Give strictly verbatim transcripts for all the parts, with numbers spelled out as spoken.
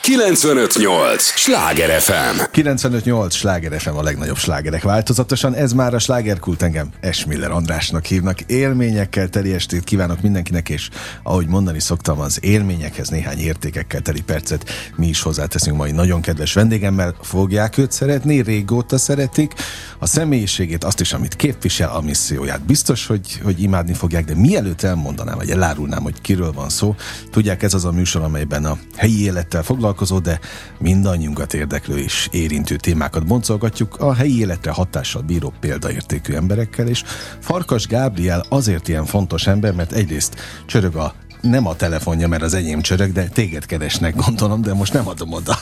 kilencvenöt nyolc Sláger ef em. kilencvenöt nyolc Sláger ef em, a legnagyobb slágerek változatosan. Ez már a Slágerkult, engem Esmiller Andrásnak hívnak. Élményekkel teli estét kívánok mindenkinek, és ahogy mondani szoktam, az élményekhez néhány értékekkel teli percet mi is hozzáteszünk mai nagyon kedves vendégemmel. Fogják őt szeretni, régóta szeretik. A személyiségét, azt is, amit képvisel, a misszióját. Biztos, hogy, hogy imádni fogják, de mielőtt elmondanám, vagy elárulnám, hogy kiről van szó, tudják, ez az a műsor, amelyben a helyi élettel foglalkozó, de mindannyiunkat érdeklő és érintő témákat boncolgatjuk a helyi életre hatással bíró példaértékű emberekkel, és Farkas Gábriel azért ilyen fontos ember, mert egyrészt csörög a nem a telefonja, mert az enyém csörög, de téged keresnek, gondolom, de most nem adom oda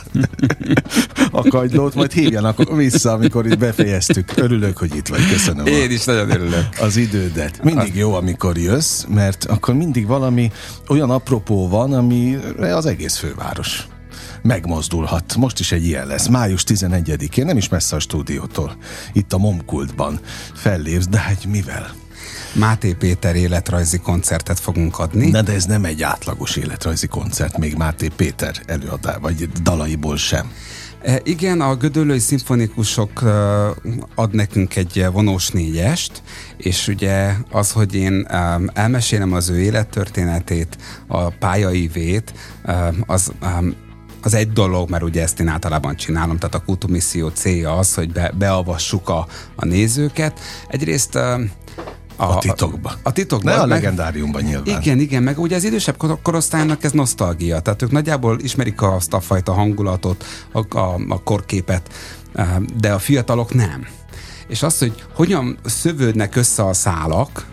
a kagylót, majd hívjanak vissza, amikor itt befejeztük. Örülök, hogy itt vagy, köszönöm. Én is nagyon örülök. Az idődet. Mindig jó, amikor jössz, mert akkor mindig valami olyan apropó van, ami az egész főváros megmozdulhat. Most is egy ilyen lesz. május tizenegyedikén, nem is messze a stúdiótól. Itt a Momkultban fellépsz, de hát mivel? Máté Péter életrajzi koncertet fogunk adni. Na, de ez nem egy átlagos életrajzi koncert, még Máté Péter előadá, vagy dalaiból sem. E, igen, a Gödöllői Szimfonikusok uh, ad nekünk egy vonós négyest, és ugye az, hogy én um, elmesélem az ő élettörténetét, a pályaívét, um, az... Um, az egy dolog, mert ugye ezt én általában csinálom, tehát a kultumisszió célja az, hogy be, beavassuk a, a nézőket. Egyrészt a, a titokba. A, a titokba. Ne a meg, legendáriumban nyilván. Igen, igen, meg ugye az idősebb korosztálynak ez nosztalgia, tehát ők nagyjából ismerik azt a fajta hangulatot, a, a, a korképet, de a fiatalok nem. És az, hogy hogyan szövődnek össze a szálak,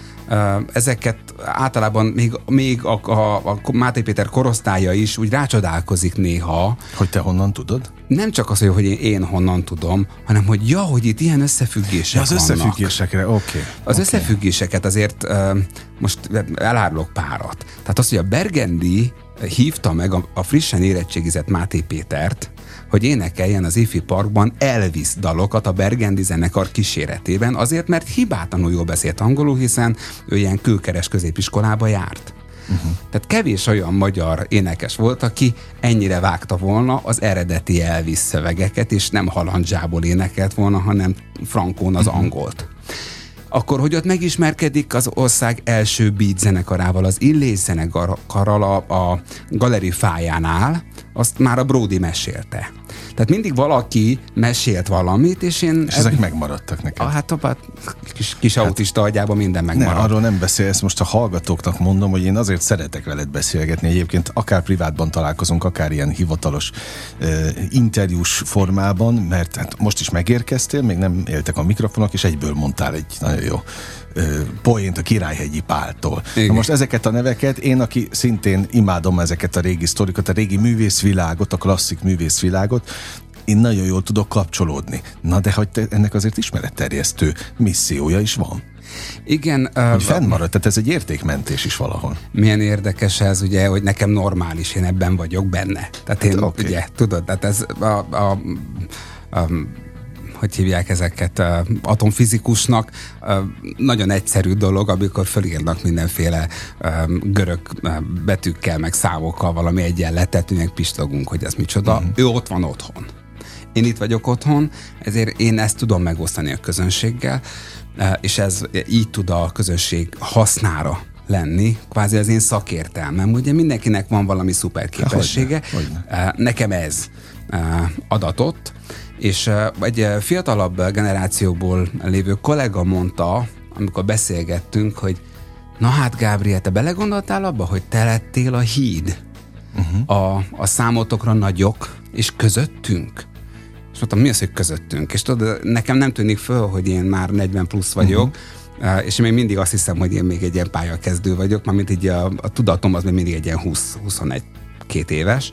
ezeket általában még, még a, a, a Máté Péter korosztálya is úgy rácsodálkozik néha. Hogy te honnan tudod? Nem csak az, hogy én, én honnan tudom, hanem hogy ja, hogy itt ilyen összefüggések ja, az vannak. összefüggésekre, oké. Okay, az okay. összefüggéseket azért uh, most elárulok párat. Tehát az, hogy a Bergendi hívta meg a, a frissen érettségizett Máté Pétert, hogy énekeljen az Ifi Parkban Elvis dalokat a Bergendi zenekar kíséretében, azért, mert hibátlanul jól beszélt angolul, hiszen ő ilyen külkeres középiskolába járt. Uh-huh. Tehát kevés olyan magyar énekes volt, aki ennyire vágta volna az eredeti Elvis szövegeket, és nem halandzsából énekelt volna, hanem frankón az uh-huh. angolt. Akkor, hogy ott megismerkedik az ország első beat zenekarával, az Illés zenekarral a, a Galeri fájánál, azt már a Brody mesélte. Tehát mindig valaki mesélt valamit, és én... És ezek eb... megmaradtak neked? Ah, hát a kis, kis hát, autista agyában minden megmaradt. Ne, arról nem beszélsz, most a hallgatóknak mondom, hogy én azért szeretek veled beszélgetni. Egyébként akár privátban találkozunk, akár ilyen hivatalos uh, interjús formában, mert hát most is megérkeztél, még nem éltek a mikrofonok, és egyből mondtál egy nagyon jó poént a Királyhegyi Páltól. Na most ezeket a neveket, én, aki szintén imádom ezeket a régi sztorikat, a régi művészvilágot, a klasszik művészvilágot, én nagyon jól tudok kapcsolódni. Na de hogy te, ennek azért ismeretterjesztő missziója is van. Igen. Hogy uh, fennmarad, tehát ez egy értékmentés is valahol. Milyen érdekes ez, ugye, hogy nekem normális, én ebben vagyok benne. Tehát én, hát, okay. ugye, tudod, tehát ez a, a, a, a hogy hívják ezeket, uh, atomfizikusnak, uh, nagyon egyszerű dolog, amikor fölírnak mindenféle uh, görög uh, betűkkel, meg számokkal valami egyenletet, meg pislogunk, hogy ez micsoda. Uh-huh. Ő ott van otthon. Én itt vagyok otthon, ezért én ezt tudom megosztani a közönséggel, uh, és ez így tud a közönség hasznára lenni, kvázi az én szakértelmem. Ugye mindenkinek van valami szuper képessége. Hogyne, hogyne. Uh, nekem ez uh, adatott, és egy fiatalabb generációból lévő kollega mondta, amikor beszélgettünk, hogy na hát Gábriel, te belegondoltál abba, hogy te lettél a híd uh-huh. a, a számotokra nagyok, és közöttünk? És mondtam, mi az, hogy közöttünk? És tudod, nekem nem tűnik föl, hogy én már negyven plusz vagyok, uh-huh. és én még mindig azt hiszem, hogy én még egy ilyen pályakezdő vagyok, mármint így a, a tudatom az még mindig egy ilyen húsz-huszonegy-két éves.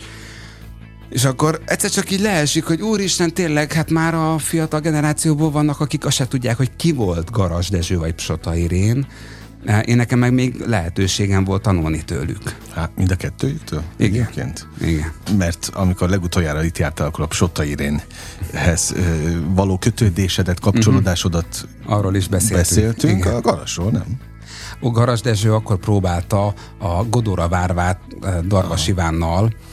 És akkor egyszer csak így leesik, hogy úristen, tényleg, hát már a fiatal generációból vannak, akik azt se tudják, hogy ki volt Garas Dezső vagy Psota Irén. Én nekem meg még lehetőségem volt tanulni tőlük. Hát mind a kettőjüktől? Igen. Egyébként? Igen. Mert amikor legutoljára itt jártál, akkor a Psota Irénhez való kötődésedet, kapcsolódásodat uh-huh. arról is beszéltünk. beszéltünk. Igen. A Garasról nem? A Garas Dezső akkor próbálta a Godóra Várvát Darvas Ivánnal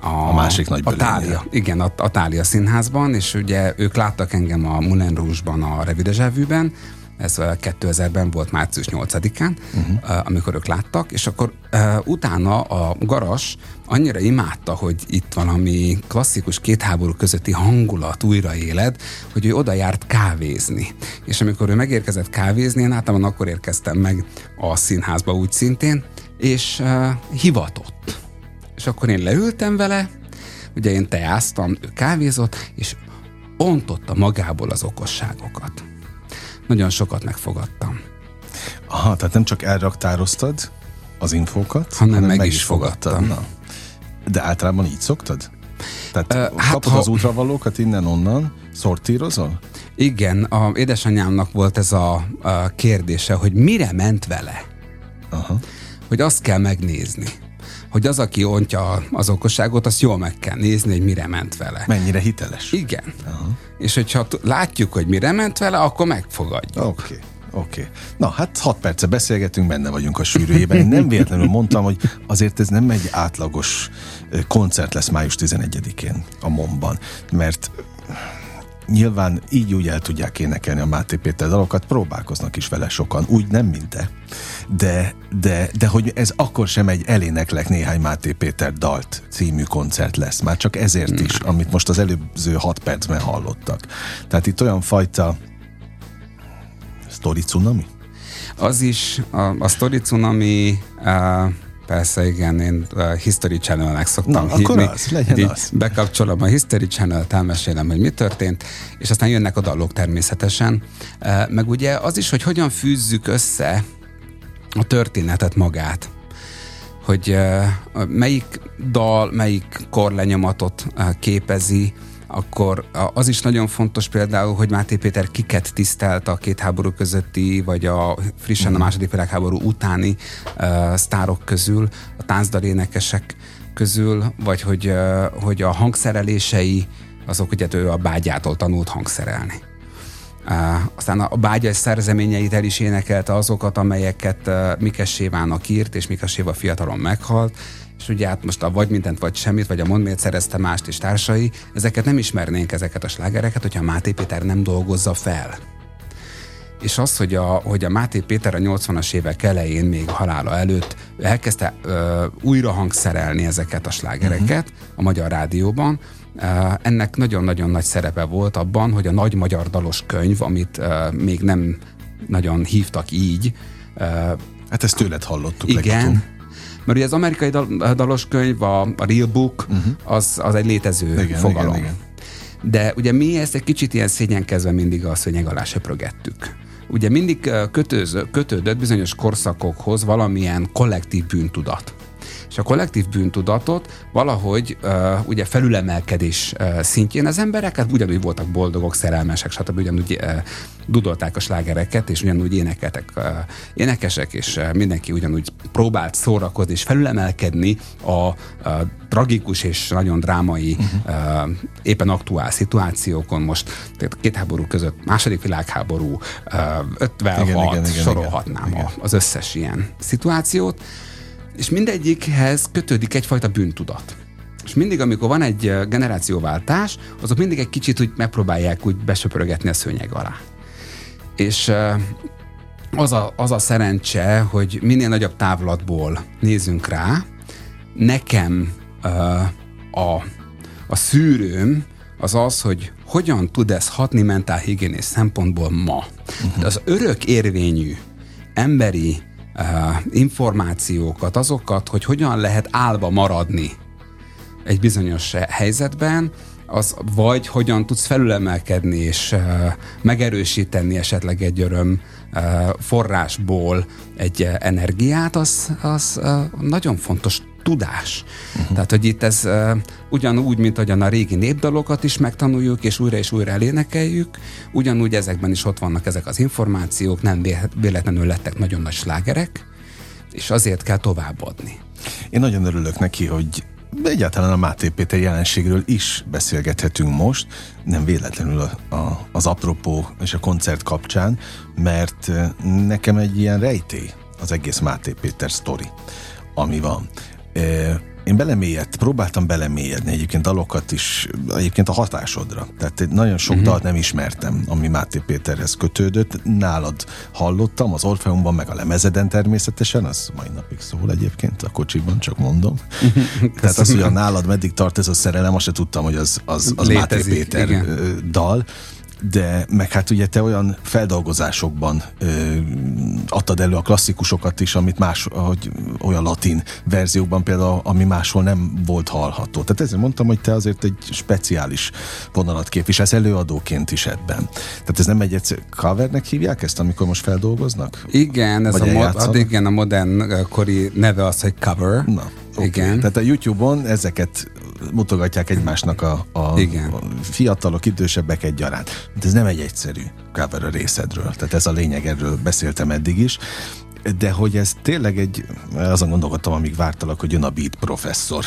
A, a másik nagy a Thália, igen, a, a Thália Színházban, és ugye ők láttak engem a Moulin Rouge-ban, a Revue de Javue-ben, ez kétezerben volt március nyolcadikán, uh-huh. amikor ők láttak, és akkor uh, utána a Garas annyira imádta, hogy itt valami klasszikus két háború közötti hangulat újraéled, hogy ő oda járt kávézni. És amikor ő megérkezett kávézni, én általában akkor érkeztem meg a színházba úgy szintén, és uh, hivatott. És akkor én leültem vele, ugye én teáztam, ő kávézott, és ontotta magából az okosságokat. Nagyon sokat megfogadtam. Aha, tehát nem csak elraktároztad az infókat, hanem, hanem meg, meg is fogadtam. fogadtad. Na. De általában így szoktad? Tehát uh, kapod hát, az útravalókat innen-onnan, szortírozol? Igen, a édesanyámnak volt ez a, a kérdése, hogy mire ment vele. Aha. Hogy azt kell megnézni. Hogy az, aki ontja az okosságot, azt jól meg kell nézni, hogy mire ment vele. Mennyire hiteles. Igen. Aha. És hogyha látjuk, hogy mire ment vele, akkor megfogadjuk. Oké. Okay. Oké. Okay. Na, hát hat perce beszélgetünk, benne vagyunk a sűrűjében. Én nem véletlenül mondtam, hogy azért ez nem egy átlagos koncert lesz május tizenegyedikén a MOM-ban, mert nyilván így úgy el tudják énekelni a Máté Péter dalokat, próbálkoznak is vele sokan, úgy nem, mint te. De, de, de hogy ez akkor sem egy eléneklek néhány Máté Péter dalt című koncert lesz. Már csak ezért is, amit most az előző hat percben hallottak. Tehát itt olyan fajta Story Tsunami? Az is, a, a Story Tsunami, uh, persze igen, én uh, History Channel-nek szoktam Na, hívni. akkor az, legyen az. Bekapcsolom a History Channel-t, elmesélem, hogy mi történt, és aztán jönnek a dalok természetesen. Uh, meg ugye az is, hogy hogyan fűzzük össze a történetet magát. Hogy uh, melyik dal, melyik korlenyomatot uh, képezi, akkor az is nagyon fontos például, hogy Máté Péter kiket tisztelt a két háború közötti, vagy a frissen a második világháború utáni uh, sztárok közül, a táncdalénekesek közül, vagy hogy, uh, hogy a hangszerelései, azok ugye ő a bágyától tanult hangszerelni. Uh, aztán a bágyai szerzeményeit el is énekelte azokat, amelyeket uh, Mikes Sévának írt, és Mikes Séva fiatalon meghalt, és ugye hát most a Vagy mindent, vagy semmit, vagy a Mondd miért szerezte mást és társai, ezeket nem ismernénk, ezeket a slágereket, hogyha Máté Péter nem dolgozza fel. És az, hogy a, hogy a Máté Péter a nyolcvanas évek elején, még halála előtt elkezdte ö, újra hangszerelni ezeket a slágereket uh-huh. a Magyar Rádióban, Uh, ennek nagyon-nagyon nagy szerepe volt abban, hogy a Nagy Magyar Dalos Könyv, amit uh, még nem nagyon hívtak így. Uh, hát ezt tőled hallottuk. Igen, legutóbb. Mert ugye az amerikai dal- dalos könyv, a, a Real Book, uh-huh. az, az egy létező igen, fogalom. Igen, igen. De ugye mi ezt egy kicsit ilyen szégyenkezve mindig a szőnyeg alá söprögettük. Ugye mindig kötőző, kötődött bizonyos korszakokhoz valamilyen kollektív bűntudat. És a kollektív bűntudatot valahogy uh, ugye felülemelkedés uh, szintjén az emberek hát ugyanúgy voltak boldogok, szerelmesek, stb. Ugyanúgy uh, dudolták a slágereket, és ugyanúgy énekeltek uh, énekesek, és uh, mindenki ugyanúgy próbált szórakozni és felülemelkedni a uh, tragikus és nagyon drámai, uh-huh. uh, éppen aktuál szituációkon. Most két háború között, második világháború, uh, ötvenhat, igen, igen, igen, sorolhatnám igen. A, az összes ilyen szituációt. És mindegyikhez kötődik egyfajta bűntudat. És mindig, amikor van egy generációváltás, azok mindig egy kicsit úgy megpróbálják úgy besöprögetni a szőnyeg alá. És az a, az a szerencse, hogy minél nagyobb távlatból nézzünk rá, nekem a, a szűrőm az az, hogy hogyan tud ez hatni mentálhigiénés szempontból ma. Uh-huh. Az örök érvényű emberi Uh, információkat, azokat, hogy hogyan lehet álva maradni egy bizonyos helyzetben, az vagy hogyan tudsz felülemelkedni és uh, megerősíteni esetleg egy öröm uh, forrásból egy uh, energiát, az, az uh, nagyon fontos tudás. Uh-huh. Tehát, hogy itt ez uh, ugyanúgy, mint ahogyan a régi népdalokat is megtanuljuk, és újra és újra elénekeljük, ugyanúgy ezekben is ott vannak ezek az információk, nem véletlenül lettek nagyon nagy slágerek, és azért kell továbbadni. Én nagyon örülök neki, hogy egyáltalán a Máté Péter jelenségről is beszélgethetünk most, nem véletlenül a, a, az apropó és a koncert kapcsán, mert nekem egy ilyen rejtély az egész Máté Péter sztori, ami van. én belemélyed, próbáltam belemélyedni egyébként dalokat is, egyébként a hatásodra. Tehát nagyon sok uh-huh. dalt nem ismertem, ami Máté Péterhez kötődött. Nálad hallottam, az Orfeumban, meg a lemezeden természetesen, az mai napig szól egyébként, a kocsiban, csak mondom. Tehát az, hogy a nálad meddig tart ez a szerelem, azt se tudtam, hogy az, az, az Máté Péter igen. dal. De meg hát ugye te olyan feldolgozásokban ö, adtad elő a klasszikusokat is, amit más, ahogy, olyan latin verziókban például, ami máshol nem volt hallható. Tehát ezért mondtam, hogy te azért egy speciális vonalat képviselsz előadóként is ebben. Tehát ez nem egy egyszer covernek hívják ezt, amikor most feldolgoznak? Igen, ez a, mod, igen, a modern kori neve az, hogy cover. Na, okay. Igen. Tehát a YouTube-on ezeket mutogatják egymásnak a, a, a fiatalok, idősebbek egyaránt. De ez nem egy egyszerű cover a részedről. Tehát ez a lényeg, erről beszéltem eddig is. De hogy ez tényleg egy, azon gondolkodtam, amíg vártalak, hogy jön a beat professzor.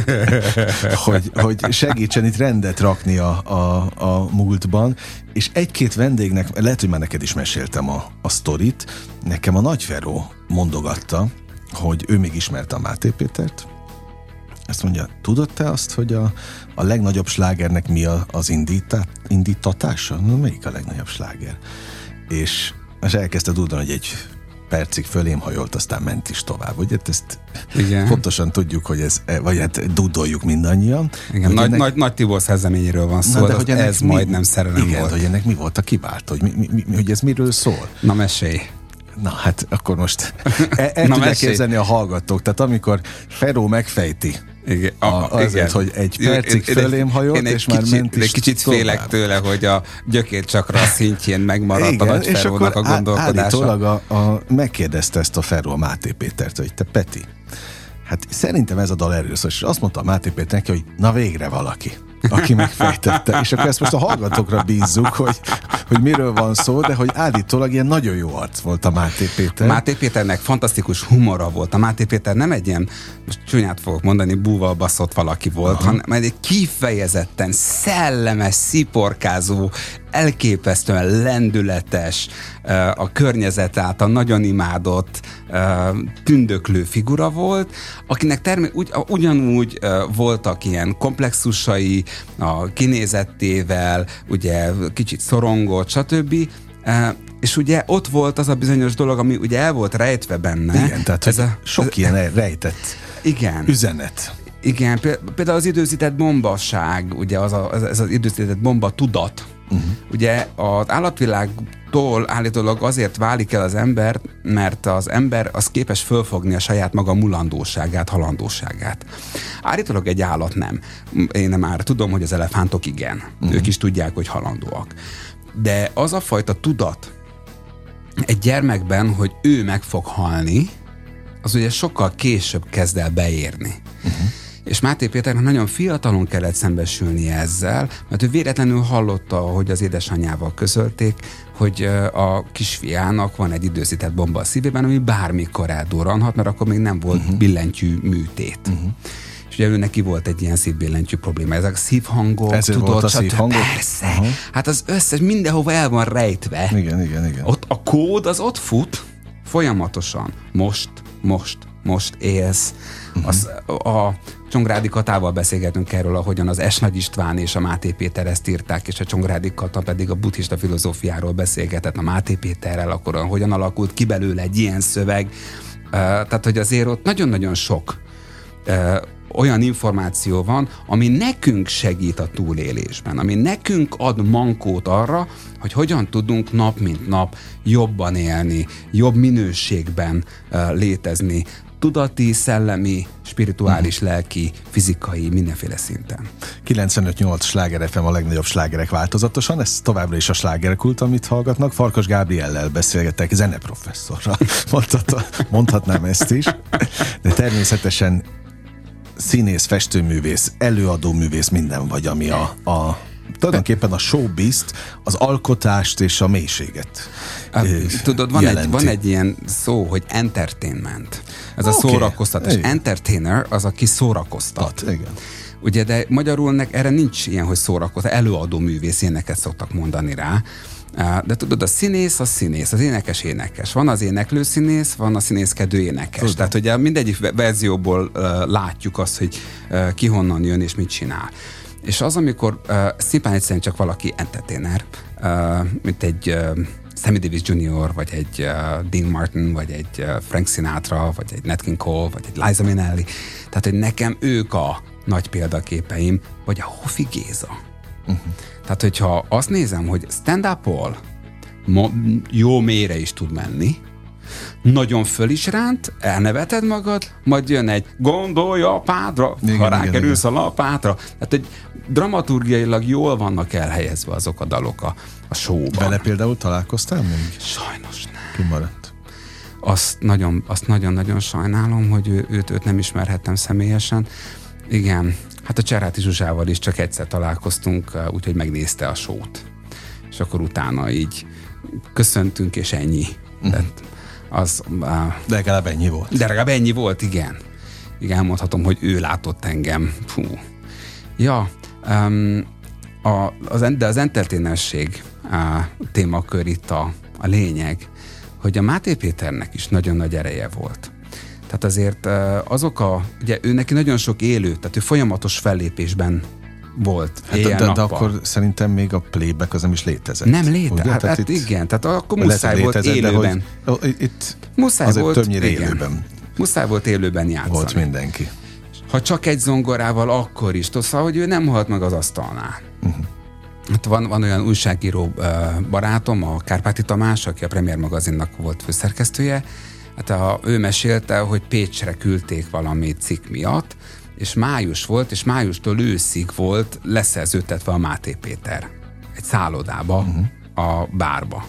hogy, hogy segítsen itt rendet rakni a, a, a múltban. És egy-két vendégnek, lehet, hogy már neked is meséltem a, a sztorit, nekem a Nagy Feró mondogatta, hogy ő még ismerte a Máté Pétert. Ezt mondja, tudod te azt, hogy a, a legnagyobb slágernek mi a, az indítá, indítatása? Na, melyik a legnagyobb sláger? És, és elkezdte tudni, hogy egy percig fölém hajolt, aztán ment is tovább. Ugye ezt igen. Pontosan tudjuk, hogy ez, vagy hát dudoljuk mindannyian. Igen, nagy, ennek, nagy, nagy Tibor szerzeményéről van szó, na, de hogy ez mi, majdnem szerelem igen, volt. hogy ennek mi volt a kiváltó, hogy, mi, mi, mi, hogy ez miről szól? Na, mesélj! Na hát akkor most el, el tudják képzelni a hallgatók, tehát amikor Feró megfejti igen, a, azért, igen. hogy egy percig én, fölém hajolt, én és már kicsit, ment is egy kicsit tovább. Félek tőle, hogy a gyökércsakra szintjén megmaradt igen, a Nagy Ferónak a gondolkodása. Állítólag a, a, megkérdezte ezt a Feró a Máté Pétert, hogy te Peti, hát szerintem ez a dal erről szól, és azt mondta a Máté Péter neki, hogy na végre valaki, aki megfejtette. És akkor ezt most a hallgatókra bízzuk, hogy, hogy miről van szó, de hogy állítólag ilyen nagyon jó arc volt a Máté Péter. Máté Péternek fantasztikus humora volt. A Máté Péter nem egy ilyen, most csúnyát fogok mondani, búval baszott valaki volt, aha. hanem egy kifejezetten szellemes, sziporkázó, elképesztően lendületes, a környezet által nagyon imádott, tündöklő figura volt, akinek termé- ugy, ugyanúgy voltak ilyen komplexusai, a kinézettével, ugye kicsit szorongott, stb., és ugye ott volt az a bizonyos dolog, ami ugye el volt rejtve benne. Igen, tehát ez a, sok ez, ilyen rejtett igen. üzenet. Igen, például az időzített bombaság, ugye az a, ez az időzített bomba tudat, uh-huh. ugye az állatvilágtól állítólag azért válik el az ember, mert az ember az képes fölfogni a saját maga mulandóságát, halandóságát. Állítólag egy állat nem. Én nem már tudom, hogy az elefántok igen. Uh-huh. Ők is tudják, hogy halandóak. De az a fajta tudat egy gyermekben, hogy ő meg fog halni, az ugye sokkal később kezd el beérni. Uh-huh. És Máté Péternek nagyon fiatalon kellett szembesülni ezzel, mert ő véletlenül hallotta, hogy az édesanyjával közölték, hogy a kisfiának van egy időzített bomba a szívében, ami bármikor eldurranhat, mert akkor még nem volt uh-huh. billentyű műtét. Uh-huh. És ugye ő neki volt egy ilyen szívbillentyű probléma. Ezek a szívhangok, ezért tudod, volt a szívhangok? Persze. Uh-huh. Hát az összes, mindenhova el van rejtve. Igen, igen, igen. Ott a kód az ott fut folyamatosan. Most, most, most élsz. Uh-huh. Az, a Csongrádi Katával beszélgetünk erről, ahogyan az S. Nagy István és a Máté Péter ezt írták, és a Csongrádi Kata pedig a buddhista filozófiáról beszélgetett a Máté Péterrel, akkor hogyan alakult ki belőle egy ilyen szöveg. Uh, tehát, hogy azért ott nagyon-nagyon sok uh, olyan információ van, ami nekünk segít a túlélésben, ami nekünk ad mankót arra, hogy hogyan tudunk nap mint nap jobban élni, jobb minőségben uh, létezni, tudati, szellemi, spirituális, mm. lelki, fizikai, mindenféle szinten. kilencvenöt nyolc Sláger ef em a legnagyobb slágerek változatosan, ez továbbra is a slágerkult, amit hallgatnak. Farkas Gábriellel beszélgettek, zeneprofesszorral, mondhatnám ezt is, de természetesen színész, festőművész, előadóművész, minden vagy, ami a, a tulajdonképpen a showbizt, az alkotást és a mélységet a, Tudod, van egy, van egy ilyen szó, hogy entertainment. Ez okay. a szórakoztatás. Igen. Entertainer az, aki szórakoztat. Hát, igen. Ugye, de magyarul erre nincs ilyen, hogy szórakoztat. Előadó művész, ilyeneket szoktak mondani rá. De tudod, a színész, a színész, az énekes énekes. Van az éneklő színész, van a színészkedő énekes. Tudom. Tehát ugye mindegyik verzióból uh, látjuk azt, hogy uh, ki honnan jön és mit csinál. És az, amikor uh, szimplán egyszerűen csak valaki entertainer, uh, mint egy uh, Sammy Davis junior, vagy egy uh, Dean Martin, vagy egy uh, Frank Sinatra, vagy egy Nat King Cole, vagy egy Liza Minnelli. Tehát, hogy nekem ők a nagy példaképeim, vagy a Hofi Géza. Uh-huh. Tehát, hogyha azt nézem, hogy stand-up-ol jó mélyre is tud menni, nagyon föl is ránt, elneveted magad, majd jön egy gondolja a pádra, igen, ha rákerülsz a lapátra. Tehát, hogy dramaturgiailag jól vannak elhelyezve azok a dalok a, a showban. Vele például találkoztál még? Sajnos nem. Kimaradt. Azt nagyon, azt nagyon-nagyon sajnálom, hogy ő, őt, őt nem ismerhettem személyesen. Igen, hát a Cseráti Zsuzsával is csak egyszer találkoztunk, úgyhogy megnézte a show-t. És akkor utána így köszöntünk, és ennyi. Uh-huh. De, az, uh, de legalább ennyi volt. De legalább ennyi volt, igen. Igen, elmondhatom, hogy ő látott engem. Fú. Ja, um, a, az, de az entertainerség uh, témakör itt a, a lényeg, hogy a Máté Péternek is nagyon nagy ereje volt. Tehát azért azok a, ugye ő neki nagyon sok élő, tehát ő folyamatos fellépésben volt. Hát de, de, de akkor szerintem még a playback az nem is létezett. Nem létezett, hát, hát igen, tehát akkor muszáj volt élőben. Hogy, itt muszáj azért volt, többnyire igen, élőben. Muszáj volt élőben játszani. Volt mindenki. Ha csak egy zongorával, akkor is. Tudsz, hogy ő nem halt meg az asztalnál. Uh-huh. Hát van, van olyan újságíró barátom, a Kárpáti Tamás, aki a Premier magazinnak volt főszerkesztője. Hát a, ő mesélte, hogy Pécsre küldték valami cikk miatt, és május volt, és májustól őszig volt leszerződtetve a Máté Péter egy szállodába, uh-huh. a bárba.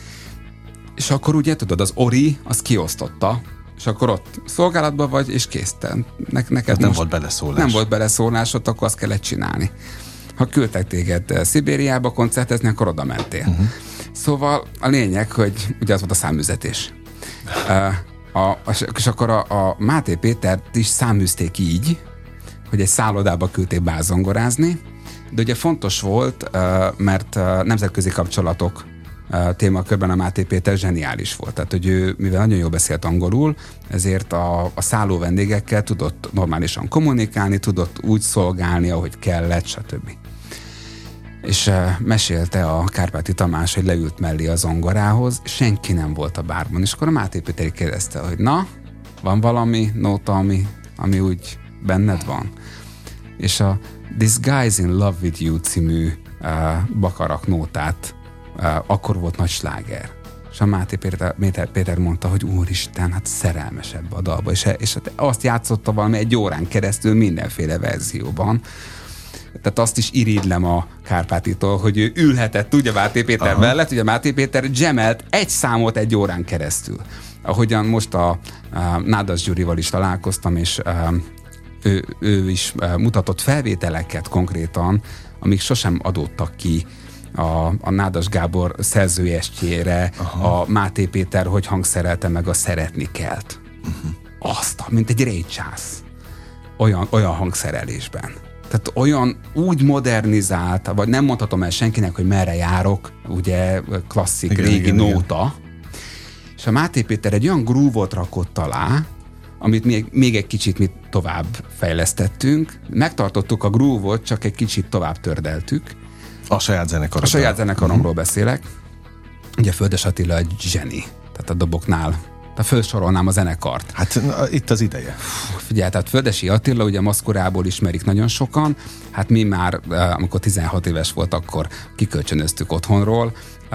És akkor ugye, tudod, az Ori, az kiosztotta, és akkor ott szolgálatban vagy, és kész. Ne, neked nem volt beleszólás. Nem volt beleszólás, ott akkor azt kellett csinálni. Ha küldtek téged Szibériába koncertezni, akkor oda mentél. Uh-huh. Szóval a lényeg, hogy ugye az volt a számüzetés. Uh, a, és akkor a, a Máté Pétert is száműzték így, hogy egy szállodába küldték bázongorázni, de ugye fontos volt, uh, mert uh, nemzetközi kapcsolatok uh, témakörben a Máté Péter zseniális volt. Tehát, hogy ő, mivel nagyon jól beszélt angolul, ezért a, a szálló vendégekkel tudott normálisan kommunikálni, tudott úgy szolgálni, ahogy kellett, stb. És uh, mesélte a Kárpáti Tamás, hogy leült mellé a zongorához, senki nem volt a bárban, és akkor a Máté Péter kérdezte, hogy na, van valami nóta, ami, ami úgy benned van? És a This Guy's in Love with You című uh, Bakarak nótát uh, akkor volt nagy sláger. És a Máté Péter, Péter, Péter mondta, hogy úristen, hát szerelmes ebbe a dalba, és, és azt játszotta valami egy órán keresztül mindenféle verzióban. Tehát azt is irigylem a Kárpátitól, hogy ő ülhetett ugye Máté Péter Aha. mellett, ugye Máté Péter jamelt egy számot egy órán keresztül. Ahogyan most a, a Nádas Gyurival is találkoztam, és a, ő, ő is mutatott felvételeket konkrétan, amik sosem adódtak ki a, a Nádas Gábor szerzőestjére, a Máté Péter hogy hangszerelte meg a Szeretni kelt. Uh-huh. Azt, mint egy récsász. Olyan, olyan hangszerelésben. Tehát olyan úgy modernizált, vagy nem mondhatom el senkinek, hogy merre járok, ugye klasszik, igen, régi igen, nóta, igen. És a Máté Péter egy olyan groove-ot rakott alá, amit még, még egy kicsit mi tovább fejlesztettünk. Megtartottuk a groove-ot, csak egy kicsit tovább tördeltük. A saját zenekaromról. A saját zenekaromról uh-huh. beszélek. Ugye Földes Attila egy zseni, tehát a doboknál. Tehát felsorolnám a zenekart. Hát na, itt az ideje. Figyelj, tehát Földesi Attila, ugye Maszkorából ismerik nagyon sokan, hát mi már, amikor tizenhat éves volt, akkor kikölcsönöztük otthonról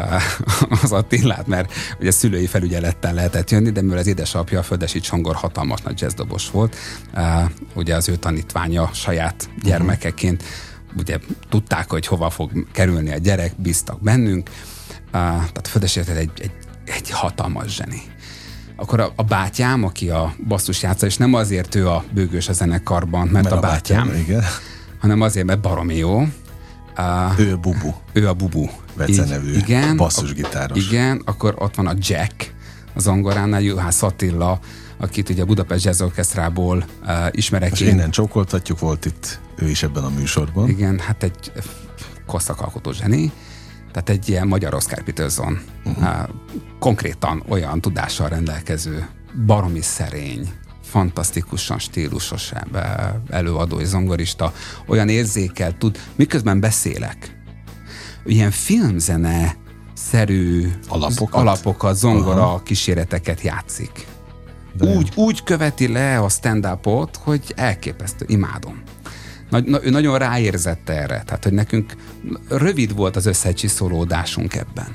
az Attilát, mert ugye szülői felügyelettel lehetett jönni, de mivel az édesapja, a Földesi Csongor hatalmas nagy jazzdobos volt, ugye az ő tanítványa saját gyermekeként, ugye tudták, hogy hova fog kerülni a gyerek, bíztak bennünk, tehát Földesi Attila egy, egy, egy hatalmas zseni. Akkor a, a bátyám, aki a basszus játsza, és nem azért ő a bőgős a zenekarban, mert, mert a bátyám, bátyám igen. hanem azért, mert baromi jó. Uh, ő a Bubu. Ő a Bubu. Vece nevű igen, basszusgitáros. Igen, akkor ott van a Jack, a zongoránál, Juhász Attila, akit ugye a Budapest Jazz Orchestrából uh, ismerek most én. Innen csókoltatjuk, volt itt ő is ebben a műsorban. Igen, hát egy korszakalkotó zseni. Tehát egy ilyen magyar Oscar Peterson, uh-huh. konkrétan olyan tudással rendelkező, baromi szerény, fantasztikusan stílusos előadó és zongorista, olyan érzékkel tud, miközben beszélek, ilyen filmzene szerű alapokat, alapokat zongora Aha. kíséreteket játszik. Úgy, úgy követi le a stand-upot, hogy elképesztő, imádom. Nagy, na, ő nagyon ráérzett erre, tehát hogy nekünk rövid volt az összecsiszolódásunk ebben.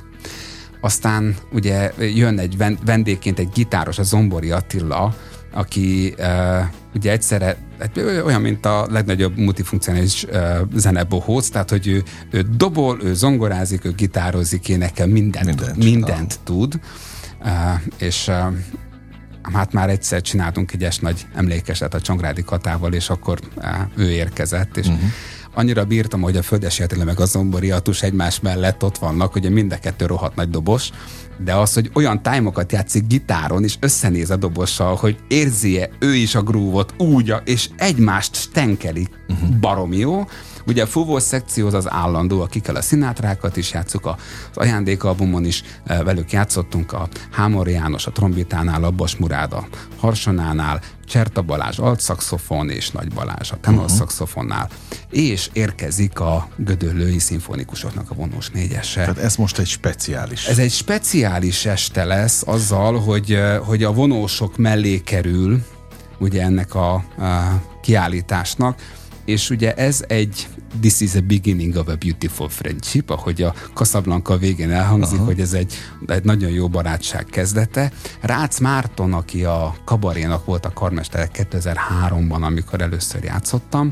Aztán ugye jön egy vendégként egy gitáros, a Zombori Attila, aki uh, ugye egyszerre olyan, mint a legnagyobb multifunkcionális uh, zenebohóc, tehát hogy ő, ő dobol, ő zongorázik, ő gitározik, énekel, mindent, mindent, tud, mindent tud. Uh, és uh, hát már egyszer csináltunk egy es nagy emlékeset a Csongrádi Katával, és akkor uh, ő érkezett, és uh-huh. annyira bírtam, hogy a Földesi Attila meg a Zombori Attus egymás mellett ott vannak, ugye mind a kettő rohadt nagy dobos, de az, hogy olyan tájmokat játszik gitáron, és összenéz a dobossal, hogy érzi-e ő is a groove-ot úgy, és egymást stenkelik, uh-huh. baromi jó. Ugye a fúvós szekció az az állandó, akikkel a Sinátrákat is játszuk, az ajándékalbumon is velük játszottunk, a Hámor János a trombitánál, a Bas Murád a harsonánál, Cserta Balázs altszaxofon és Nagy Balázs a tenorszaxofonnál, uh-huh. és érkezik a gödöllői szimfonikusoknak a vonós négyese. Tehát ez most egy speciális. Ez egy speciális este lesz azzal, hogy, hogy a vonósok mellé kerül ugye ennek a, a kiállításnak, és ugye ez egy This is a beginning of a beautiful friendship, ahogy a Casablanca végén elhangzik, Aha. hogy ez egy, egy nagyon jó barátság kezdete. Rácz Márton, aki a Kabarénak volt a karmestere kétezer-háromban, amikor először játszottam,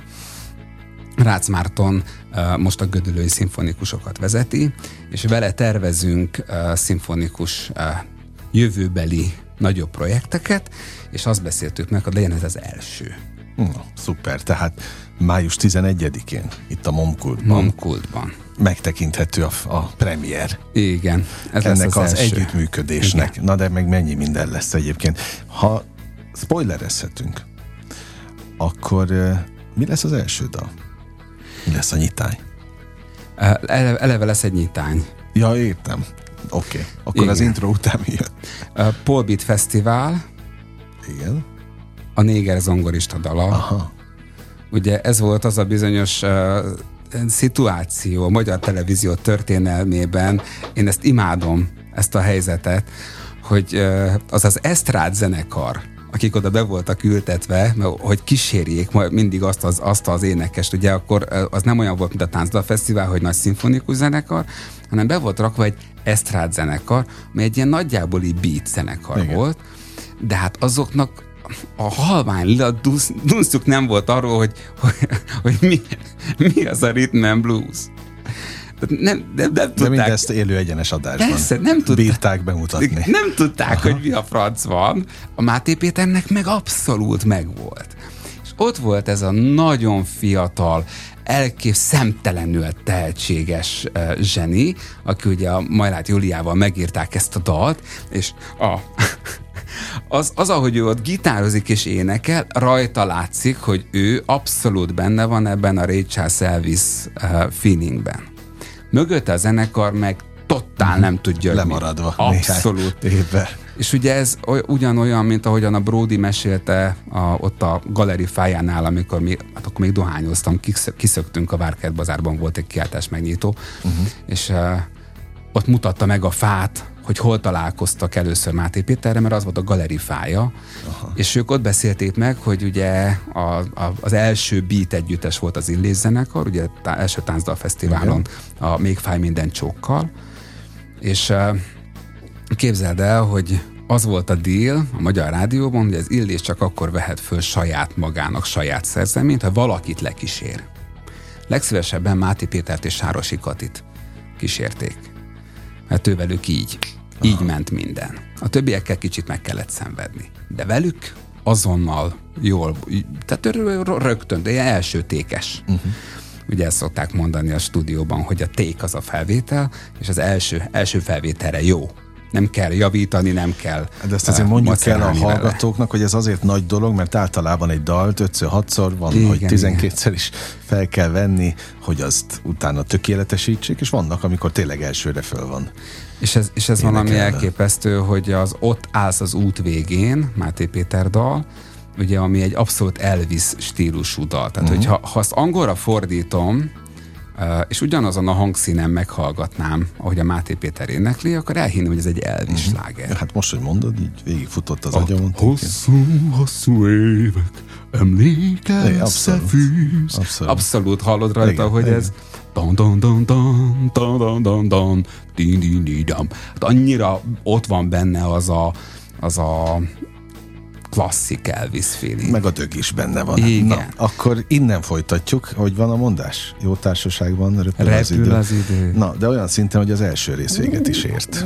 Rácz Márton uh, most a gödöllői szimfonikusokat vezeti, és vele tervezünk uh, szimfonikus uh, jövőbeli nagyobb projekteket, és azt beszéltük meg, hogy legyen ez az első. Hmm, szuper, tehát május tizenegyedikén itt a Momkultban. Momkultban. Megtekinthető a, a premier. Igen. Ez ennek az, az együttműködésnek. Igen. Na de meg mennyi minden lesz egyébként. Ha spoilerezhetünk, akkor uh, mi lesz az első dal? Mi lesz a nyitány? Eleve, eleve lesz egy nyitány. Ja, értem. Oké. Okay. Akkor Igen. az intro után mi jön? Uh, Paul Beat Fesztivál. Igen. A néger zongorista dala. Aha. Ugye ez volt az a bizonyos uh, szituáció a magyar televízió történelmében, én ezt imádom, ezt a helyzetet, hogy uh, az az esztrád zenekar, akik oda be voltak ültetve, hogy kísérjék mindig azt az, azt az énekest, ugye akkor az nem olyan volt, mint a Táncdal Fesztivál, hogy nagy szimfonikus zenekar, hanem be volt rakva egy esztrád zenekar, ami egy ilyen nagyjából így beat zenekar Igen. volt, de hát azoknak a halvány lila dunsztuk nem volt arról, hogy, hogy, hogy mi, mi az a rhythm and blues. Nem, nem, nem de tudták. mindezt élő egyenes adásban Persze, nem tudták, bírták bemutatni. Nem tudták, Aha. hogy mi a franc van. A Máté Péternek meg abszolút megvolt. És ott volt ez a nagyon fiatal, elkép szemtelenül tehetséges uh, zseni, aki ugye a Majlát Júliával megírták ezt a dalt, és a... Az, az, ahogy ő ott gitározik és énekel, rajta látszik, hogy ő abszolút benne van ebben a Ray Charles Elvis uh, feelingben. Mögötte a zenekar meg totál nem tudja, lemaradva. Abszolút. És ugye ez ugyanolyan, mint ahogyan a Brody mesélte a, ott a galeri fájánál, amikor mi, hát akkor még dohányoztam, kiszöktünk a Várkert Bazárban, volt egy kiáltás megnyitó, uh-huh. és uh, ott mutatta meg a fát, hogy hol találkoztak először Máté Péterre, mert az volt a galeri fája, Aha. és ők ott beszélték meg, hogy ugye a, a, az első beat együttes volt az Illés zenekar, ugye az első Táncdal Fesztiválon Igen. a Még fáj minden csókkal, és uh, képzeld el, hogy az volt a deal a Magyar Rádióban, hogy az Illés csak akkor vehet föl saját magának, saját szerzeményt, ha valakit lekísér. Legszívesebben Máté Pétert és Sárosi Katit kísérték. Mert ővelük így. Így Aha. ment minden. A többiekkel kicsit meg kellett szenvedni. De velük azonnal jól, tehát rögtön, de ilyen első tékes. Uh-huh. Ugye ezt szokták mondani a stúdióban, hogy a take az a felvétel, és az első, első felvételre jó. nem kell javítani, nem kell. De ezt azért mondjuk el a hallgatóknak, vele. Hogy ez azért nagy dolog, mert általában egy dalt ötször, hatszor van, igen, hogy tizenkétszer is fel kell venni, hogy azt utána tökéletesítsék, és vannak, amikor tényleg elsőre föl van. És ez, és ez valami elképesztő, hogy az Ott állsz az út végén, Máté Péter dal, ugye, ami egy abszolút Elvis stílusú dal. Tehát, uh-huh. hogyha ha azt angolra fordítom, Uh, és ugyanazon a hangszínen meghallgatnám, ahogy a Máté Péter énekli, akkor elhinném, hogy ez egy Elvis mm. sláger. Hát most, hogy mondod, így végigfutott az agyamon. Hosszú, hosszú évek emléke összefűz. Abszolút. Abszolút hallod rajta, igen, hogy igen. ez don don don don don don don don din din din dam. Hát annyira ott van benne az a az a klasszik Elvis feeling. Meg a dög is benne van. Igen. Na, akkor innen folytatjuk, hogy van a mondás? Jó társaságban röpül, röpül az, idő. az idő. Na, de olyan szinten, hogy az első rész véget is ért.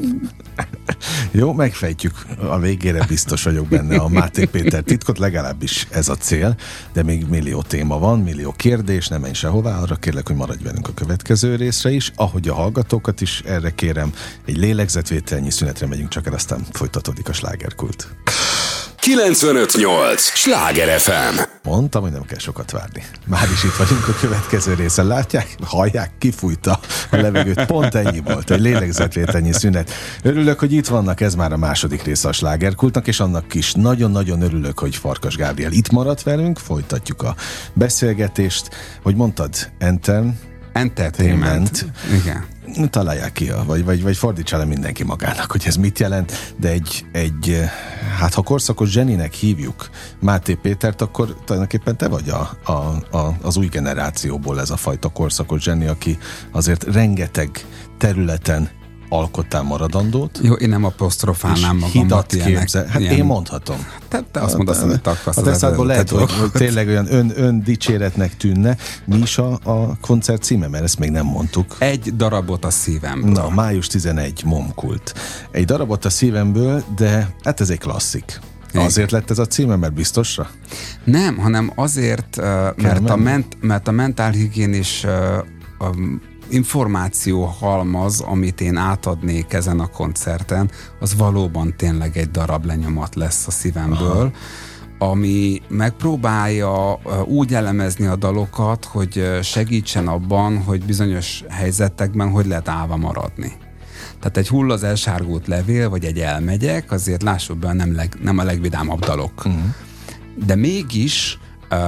Jó, megfejtjük. A végére biztos vagyok benne a Máté Péter titkot, legalábbis ez a cél, de még millió téma van, millió kérdés, nem menj sehová, arra kérlek, hogy maradj velünk a következő részre is, ahogy a hallgatókat is, erre kérem, egy lélegzetvételnyi szünetre megyünk, csak el aztán folytatódik a slágerkult. kilencvenöt nyolc Sláger ef em. Mondtam, hogy nem kell sokat várni. Már is itt vagyunk a következő részen. Látják? Hallják? Kifújta a levegőt. Pont ennyi volt, egy lélegzetvételnyi szünet. Örülök, hogy itt vannak, ez már a második része a slágerkultnak, és annak is nagyon-nagyon örülök, hogy Farkas Gábriel itt maradt velünk. Folytatjuk a beszélgetést. Hogy mondtad? Enter... Entertainment. Igen. Találják ki, vagy, vagy, vagy fordítsa le mindenki magának, hogy ez mit jelent, de egy, egy hát ha korszakos zseninek hívjuk Máté Pétert, akkor tulajdonképpen te vagy a, a, a, az új generációból ez a fajta korszakos zseni, aki azért rengeteg területen alkottál maradandót. Jó, én nem apostrofálnám magamat ilyenek. Hát ilyen... én mondhatom. Te, te azt mondasz, amit akarsz. A teszádból lehet, hogy, hogy tényleg olyan ön, ön dicséretnek tűnne. Mi is a, a koncert címe, mert ezt még nem mondtuk. Egy darabot a szívemből. Na, május tizenegy, Momkult. Egy darabot a szívemből, de hát ez egy klasszik. Azért lett ez a címe, mert biztosra? Nem, hanem azért, mert a, ment, mert a mentálhigiénis um, információ halmaz, amit én átadnék ezen a koncerten, az valóban tényleg egy darab lenyomat lesz a szívemből, aha, ami megpróbálja úgy elemezni a dalokat, hogy segítsen abban, hogy bizonyos helyzetekben hogy lehet állva maradni. Tehát egy hull az elsárgult levél, vagy egy elmegyek, azért lássuk be, nem, leg, nem a legvidámabb dalok. Uh-huh. De mégis uh,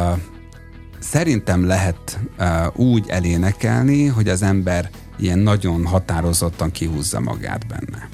szerintem lehet uh, úgy elénekelni, hogy az ember ilyen nagyon határozottan kihúzza magát benne.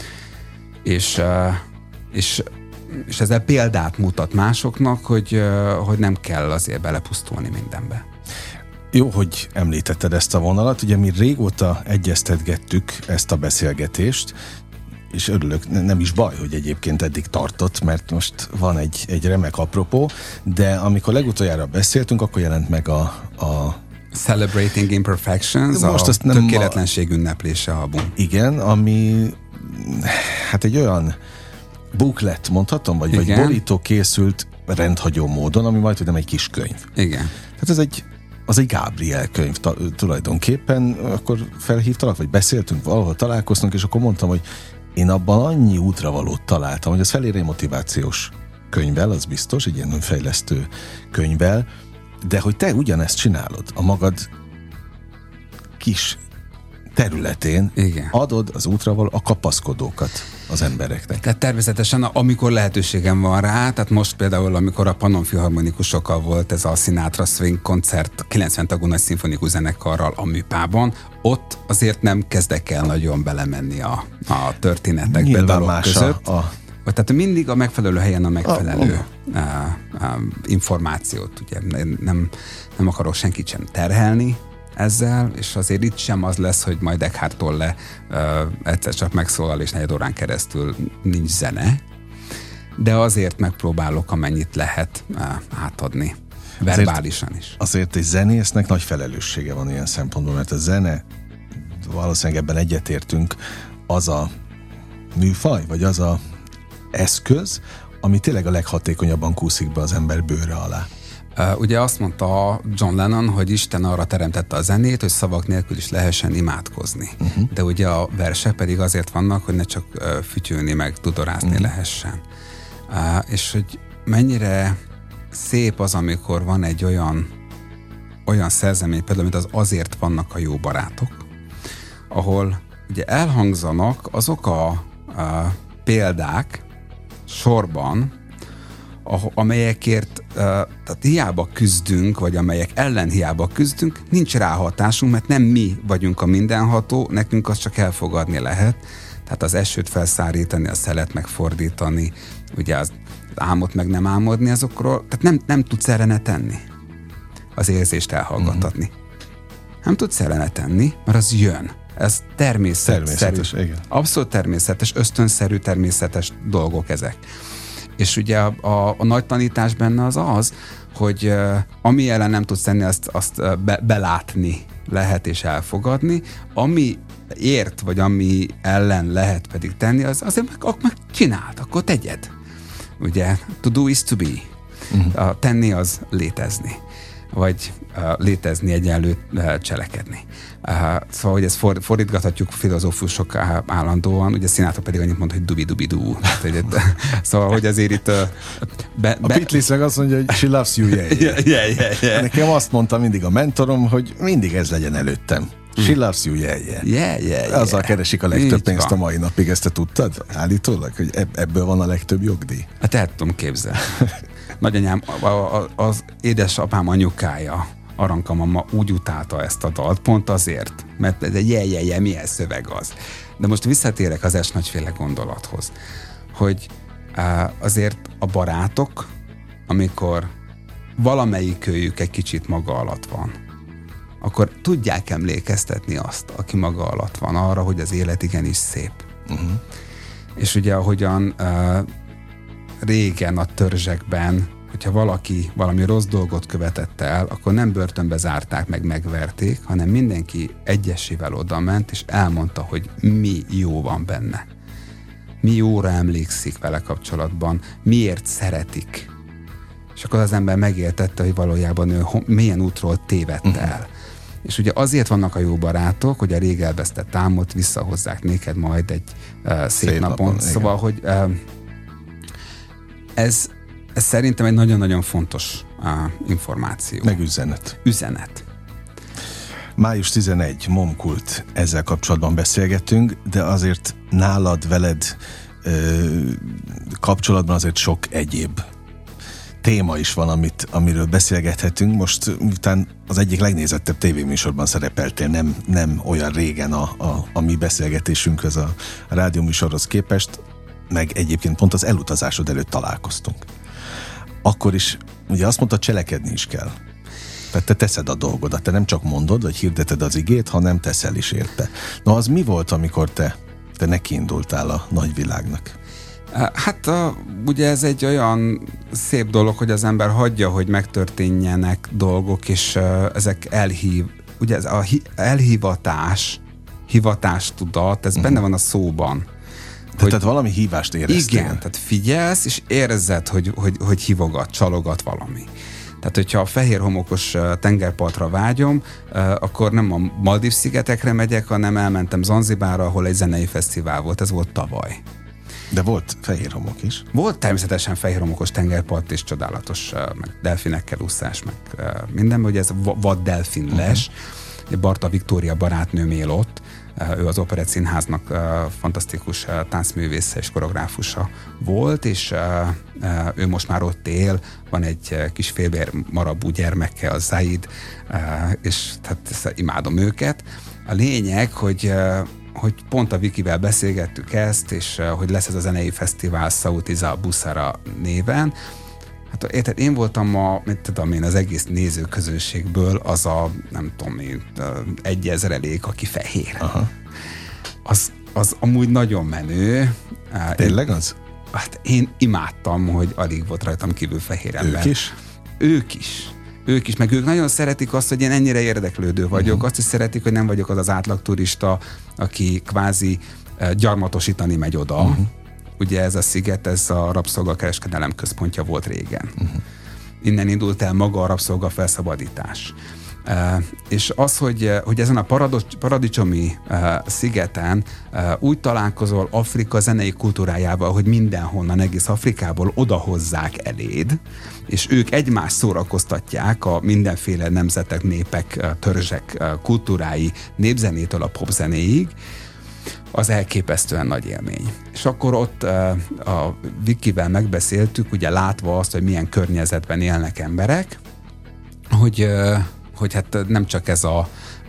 És, uh, és, és ezzel példát mutat másoknak, hogy, uh, hogy nem kell azért belepusztulni mindenbe. Jó, hogy említetted ezt a vonalat. Ugye mi régóta egyeztetgettük ezt a beszélgetést, és örülök, nem is baj, hogy egyébként eddig tartott, mert most van egy, egy remek apropó, de amikor legutoljára beszéltünk, akkor jelent meg a... a Celebrating Imperfections, most a nem tökéletlenség ünneplése album. Igen, ami hát egy olyan booklet, mondhatom, vagy, vagy borító készült rendhagyó módon, ami majd, hogy nem egy kis könyv. Igen. Tehát ez egy az egy Gábriel könyv ta, tulajdonképpen, akkor felhívtalak, vagy beszéltünk, valahol találkoztunk, és akkor mondtam, hogy én abban annyi útravalót találtam, hogy az felér egy motivációs könyvvel, az biztos, egy ilyen önfejlesztő könyvvel, de hogy te ugyanezt csinálod a magad kis területén, igen, adod az útravaló a kapaszkodókat az embereknek. Tehát természetesen, amikor lehetőségem van rá, tehát most például, amikor a Pannon Filharmonikusokkal volt ez a Sinatra Swing koncert kilencven tagú nagy szimfonikus zenekarral a Műpában, ott azért nem kezdek el nagyon belemenni a, a történetekbe, dalok között. A, a... Tehát mindig a megfelelő helyen a megfelelő a, a. A, a, információt, ugye nem, nem akarok senkit sem terhelni ezzel, és azért itt sem az lesz, hogy majd Eckhart Tolle uh, egyszer csak megszólal, és negyed órán keresztül nincs zene, de azért megpróbálok, amennyit lehet uh, átadni, verbálisan is. Azért egy zenésznek nagy felelőssége van ilyen szempontból, mert a zene, valószínűleg ebben egyetértünk, az a műfaj, vagy az a eszköz, ami tényleg a leghatékonyabban kúszik be az ember bőre alá. Uh, ugye azt mondta John Lennon, hogy Isten arra teremtette a zenét, hogy szavak nélkül is lehessen imádkozni. Uh-huh. De ugye a versek pedig azért vannak, hogy ne csak uh, fütyülni meg tudorázni uh-huh. lehessen. Uh, és hogy mennyire szép az, amikor van egy olyan olyan szerzemény, például, mint az Azért vannak a jó barátok, ahol ugye elhangzanak azok a, a példák sorban, amelyekért uh, tehát hiába küzdünk, vagy amelyek ellen hiába küzdünk, nincs ráhatásunk, mert nem mi vagyunk a mindenható, nekünk azt csak elfogadni lehet. Tehát az esőt felszárítani, a szelet megfordítani, ugye az álmot meg nem álmodni azokról, tehát nem, nem tudsz erre ne tenni. Az érzést elhallgattatni. Uh-huh. Nem tudsz ellene tenni, mert az jön. Ez természetszerű. Természetes, igen. Abszolút természetes, ösztönszerű, természetes dolgok ezek. És ugye a, a, a nagy tanítás benne az az, hogy uh, ami ellen nem tudsz tenni, azt, azt uh, be, belátni lehet és elfogadni. Ami ért, vagy ami ellen lehet pedig tenni, az azért meg, akkor meg csináld, akkor tegyed. Ugye, to do is to be. Uh-huh. A tenni az létezni. Vagy uh, létezni egyenlő uh, cselekedni. Uh, szóval, hogy ezt for, fordítgathatjuk filozófusok állandóan, ugye Sinatra pedig annyit mond, hogy dubi-dubi-dú. Szóval, hogy azért itt... Uh, be, be... A Beatles meg azt mondja, hogy she loves you, yeah, yeah. yeah, yeah, yeah. Nekem azt mondta mindig a mentorom, hogy mindig ez legyen előttem. She loves you, yeah, yeah. Yeah, yeah, yeah. Azzal keresik a legtöbb pénzt a mai napig, ezt te tudtad? Állítólag, hogy ebből van a legtöbb jogdíj. Hát el tudom képzelni. Nagyanyám, az édesapám anyukája, Aranka mama úgy utálta ezt a dalt, pont azért, mert ez egy je-je-je, milyen szöveg az. De most visszatérek az S. Nagyféle gondolathoz, hogy azért a barátok, amikor valamelyikőjük egy kicsit maga alatt van, akkor tudják emlékeztetni azt, aki maga alatt van, arra, hogy az élet igenis szép. Uh-huh. És ugye ahogyan uh, régen a törzsekben, hogyha valaki valami rossz dolgot követett el, akkor nem börtönbe zárták, meg megverték, hanem mindenki egyesével oda ment, és elmondta, hogy mi jó van benne. Mi jóra emlékszik vele kapcsolatban, miért szeretik. És akkor az ember megértette, hogy valójában ő milyen útról tévedt el. Uh-huh. És ugye azért vannak a jó barátok, hogy a rég elvesztett álmot visszahozzák néked majd egy uh, szép, szép napon. napon. Szóval, igen. hogy uh, ez, ez szerintem egy nagyon-nagyon fontos uh, információ. Meg üzenet. Üzenet. május tizenegy, Momkult, ezzel kapcsolatban beszélgetünk, de azért nálad, veled ö, kapcsolatban azért sok egyéb téma is van, amit, amiről beszélgethetünk. Most miután az egyik legnézettebb tévéműsorban szerepeltél, nem, nem olyan régen a, a, a mi beszélgetésünkhöz, a, a rádióműsorhoz képest, meg egyébként pont az elutazásod előtt találkoztunk. Akkor is, ugye azt mondta, cselekedni is kell. Tehát te teszed a dolgodat, te nem csak mondod, vagy hirdeted az igét, hanem teszel is érte. Na, az mi volt, amikor te, te nekiindultál a nagyvilágnak? Hát a, ugye ez egy olyan szép dolog, hogy az ember hagyja, hogy megtörténjenek dolgok, és uh, ezek elhív, ugye ez a hi, elhívatás, hivatástudat, ez uh-huh. benne van a szóban. De hogy, tehát valami hívást éreztél? Igen, tehát figyelsz, és érzed, hogy, hogy, hogy hívogat, csalogat valami. Tehát, hogyha a fehér homokos tengerpartra vágyom, akkor nem a Maldív-szigetekre megyek, hanem elmentem Zanzibárra, ahol egy zenei fesztivál volt, ez volt tavaly. De volt fehér homok is? Volt természetesen fehér homokos tengerpart, és csodálatos, meg delfinekkel úszás, meg minden, hogy ez vaddelfin les. Uh-huh. Barta Viktória barátnőm él ott, ő az Operett Színháznak fantasztikus táncművésze és koreográfusa volt, és ő most már ott él, van egy kis félbér marabú gyermeke, a Zaid, és tehát imádom őket. A lényeg, hogy hogy pont a Vikivel beszélgettük ezt, és uh, hogy lesz ez a zenei fesztivál Sautiza Busara néven. Hát érted, én voltam a, mit tudom én, az egész nézőközönségből az a, nem tudom én, egy ezrelék, aki fehér. Aha. Az, az amúgy nagyon menő. Tényleg az? Hát én imádtam, hogy alig volt rajtam kívül fehér ember. Ők is? Ők is. Ők is, meg ők nagyon szeretik azt, hogy én ennyire érdeklődő vagyok. Uh-huh. Azt is szeretik, hogy nem vagyok az az átlag turista, aki kvázi uh, gyarmatosítani megy oda. Uh-huh. Ugye ez a sziget, ez a rabszolgakereskedelem központja volt régen. Uh-huh. innen indult el maga a rabszolga felszabadítás. Uh, és az, hogy, hogy ezen a parado- paradicsomi uh, szigeten uh, úgy találkozol Afrika zenei kultúrájával, hogy mindenhonnan, egész Afrikából odahozzák eléd, és ők egymást szórakoztatják a mindenféle nemzetek, népek, uh, törzsek uh, kultúrái, népzenétől a popzenéig, az elképesztően nagy élmény. És akkor ott uh, a Vikivel megbeszéltük, ugye látva azt, hogy milyen környezetben élnek emberek, hogy uh, hogy hát nem csak ez a,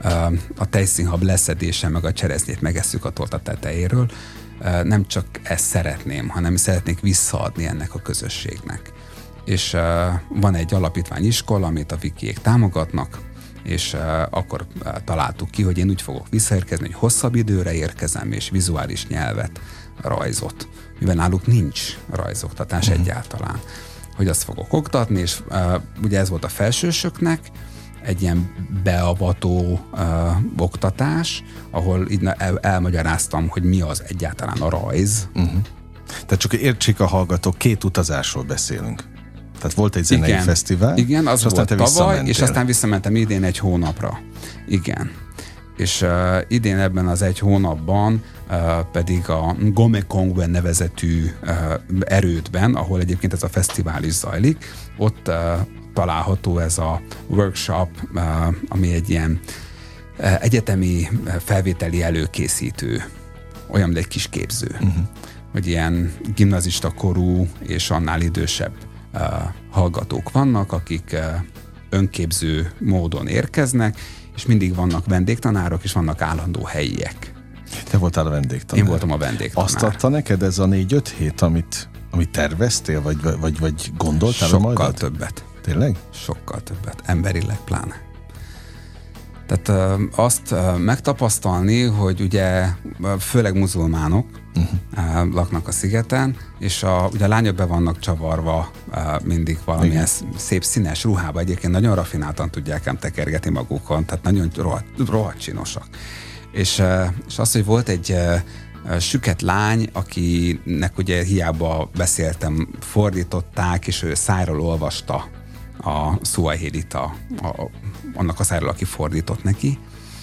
a tejszínhab leszedése, meg a cseresznyét megesszük a torta tetejéről, nem csak ezt szeretném, hanem szeretnék visszaadni ennek a közösségnek. És van egy alapítványiskola, amit a Vikiék támogatnak, és akkor találtuk ki, hogy én úgy fogok visszaérkezni, hogy hosszabb időre érkezem, és vizuális nyelvet, rajzot, mivel náluk nincs rajzoktatás mm. egyáltalán, hogy azt fogok oktatni, és ugye ez volt a felsősöknek, egy ilyen beavató uh, oktatás, ahol így el, elmagyaráztam, hogy mi az egyáltalán a rajz. Uh-huh. Tehát csak értsék a hallgatók, két utazásról beszélünk. Tehát volt egy zenei igen, fesztivál, igen, az volt tavaly, és aztán visszamentem idén egy hónapra. Igen. És uh, idén ebben az egy hónapban uh, pedig a Gomekongben nevezetű uh, erődben, ahol egyébként ez a fesztivál is zajlik, ott uh, található ez a workshop, ami egy ilyen egyetemi felvételi előkészítő, olyan, mint egy kis képző. Uh-huh. Hogy ilyen gimnazista korú és annál idősebb hallgatók vannak, akik önképző módon érkeznek, és mindig vannak vendégtanárok, és vannak állandó helyiek. Te voltál a vendégtanár. Én voltam a vendégtanár. Azt adta neked ez a négy-öt hét, amit, amit terveztél, vagy, vagy, vagy gondoltál? Sokkal majd? többet. Tényleg? Sokkal többet. Emberileg pláne. Tehát ö, azt ö, megtapasztalni, hogy ugye főleg muzulmánok uh-huh. ö, laknak a szigeten, és a, ugye a lányok be vannak csavarva ö, mindig valamilyen igen. szép színes ruhába. Egyébként nagyon rafináltan tudják ám tekergetni magukon, tehát nagyon rohadt, rohadt csinosak. És, ö, és az, hogy volt egy ö, süket lány, akinek ugye hiába beszéltem, fordították, és ő szájról olvasta a Szuahilit, a, a, annak a szájról, aki fordított neki,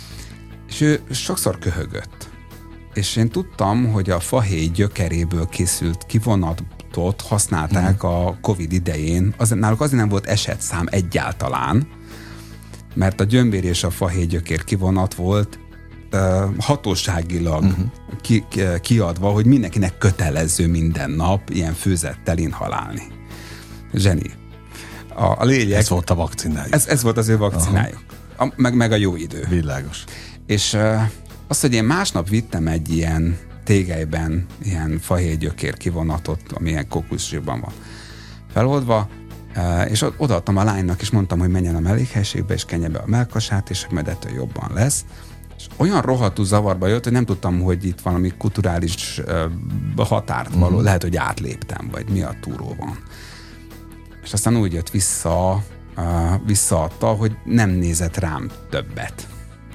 és ő sokszor köhögött. És én tudtam, hogy a fahéj gyökeréből készült kivonatot használták mm. a Covid idején. Az, náluk azért nem volt esetszám egyáltalán, mert a gyömbér és a fahéj gyökér kivonat volt uh, hatóságilag uh-huh. ki, ki, kiadva, hogy mindenkinek kötelező minden nap ilyen főzettel inhalálni. Zseni. A, a lényeg... Ez volt a vakcinájuk. Ez, ez volt az ő vakcinájuk. A, meg, meg a jó idő. Világos. És uh, azt, hogy én másnap vittem egy ilyen tégelyben, ilyen fahéjgyökér kivonatot, ami ilyen kókuszsírban van feloldva, uh, és odaadtam a lánynak, és mondtam, hogy menjen a mellékhelységbe, és kenje be a mellkasát, és hogy majd ettől jobban lesz. És olyan rohadtul zavarba jött, hogy nem tudtam, hogy itt valami kulturális uh, határt való, mm-hmm. lehet, hogy átléptem, vagy mi a túró van. És aztán úgy jött vissza, uh, visszaadta, hogy nem nézett rám többet.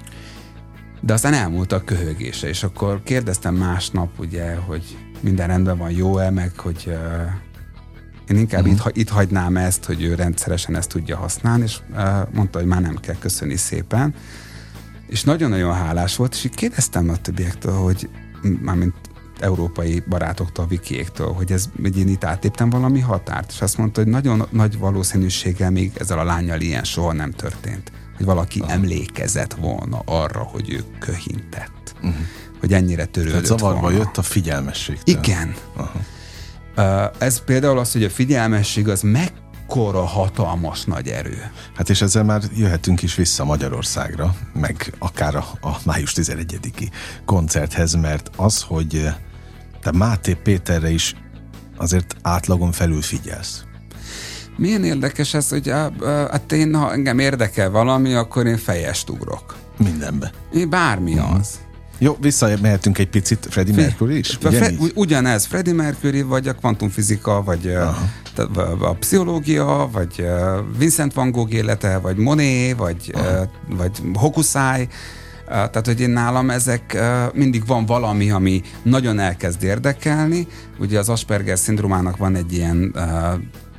De aztán elmúlt a köhögése, és akkor kérdeztem másnap, ugye, hogy minden rendben van, jó-e, meg hogy uh, én inkább uh-huh. itt, itt hagynám ezt, hogy ő rendszeresen ezt tudja használni, és uh, mondta, hogy már nem kell, köszöni szépen. És nagyon-nagyon hálás volt, és így kérdeztem a többiektől, hogy mármint európai barátoktól, Vikiéktől, hogy ez, hogy én itt átléptem valami határt, és azt mondta, hogy nagyon nagy valószínűséggel még ezzel a lánnyal ilyen soha nem történt. Hogy valaki Aha. emlékezett volna arra, hogy ő köhintett. Uh-huh. Hogy ennyire törődött volna. Zavarba jött a figyelmességtől. Igen. Aha. Ez például az, hogy a figyelmesség az mekkora hatalmas nagy erő. Hát és ezzel már jöhetünk is vissza Magyarországra, meg akár a, a május tizenegyediki koncerthez, mert az, hogy te Máté Péterre is azért átlagon felül figyelsz. Milyen érdekes ez, hogy hát én, ha engem érdekel valami, akkor én fejest ugrok. Mindenbe. Én bármi uh-huh. az. Jó, visszamehetünk egy picit Freddie Mercury is? Fre- ugyanez, Freddie Mercury, vagy a kvantumfizika, vagy a, a pszichológia, vagy Vincent van Gogh élete, vagy Monet, vagy, vagy Hokusai. Tehát, hogy én nálam ezek mindig van valami, ami nagyon elkezd érdekelni. Ugye az Asperger szindrómának van egy ilyen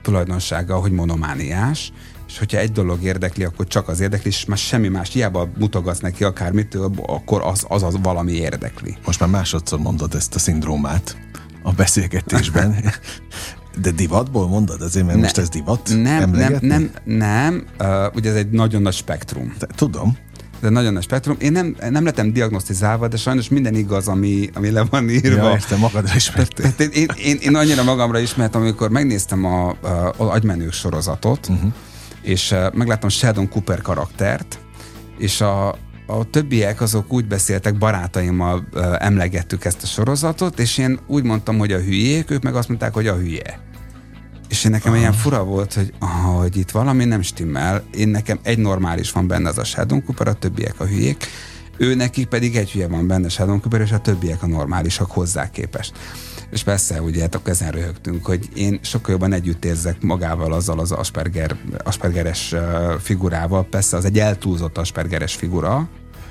tulajdonsága, hogy monomániás, és hogyha egy dolog érdekli, akkor csak az érdekli, és már semmi más, hiába mutogatsz neki akármitől, akkor az, az, az valami érdekli. Most már másodszor mondod ezt a szindrómát a beszélgetésben. De divatból mondod azért, mert ne, most ez divat? Nem, nem, nem, nem. Uh, ugye ez egy nagyon nagy spektrum. De, tudom. Ez egy nagyon nagy spektrum. Én nem, nem lettem diagnosztizálva, de sajnos minden igaz, ami, ami le van írva. Ja, értem, magadra ismertél. Én, én, én, én annyira magamra ismertem, amikor megnéztem a, a, a Agymenők sorozatot, uh-huh. és uh, megláttam Sheldon Cooper karaktert, és a, a többiek azok úgy beszéltek, barátaimmal uh, emlegettük ezt a sorozatot, és én úgy mondtam, hogy a hülyék, ők meg azt mondták, hogy a hülye. És én nekem Aha. ilyen fura volt, hogy, ah, hogy itt valami nem stimmel, én nekem egy normális van benne, az a Sheldon Cooper, a többiek a hülyék, ő nekik pedig egy hülye van benne, Sheldon Cooper, és a többiek a normálisak hozzá képest. És persze, ugye, hát akkor ezen röhögtünk, hogy én sokkal jobban együtt érzek magával azzal az Asperger, Aspergeres figurával, persze az egy eltúlzott Aspergeres figura.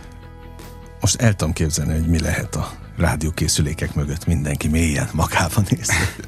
Most el tudom képzelni, hogy mi lehet a rádiókészülékek mögött, mindenki mélyen magában néz.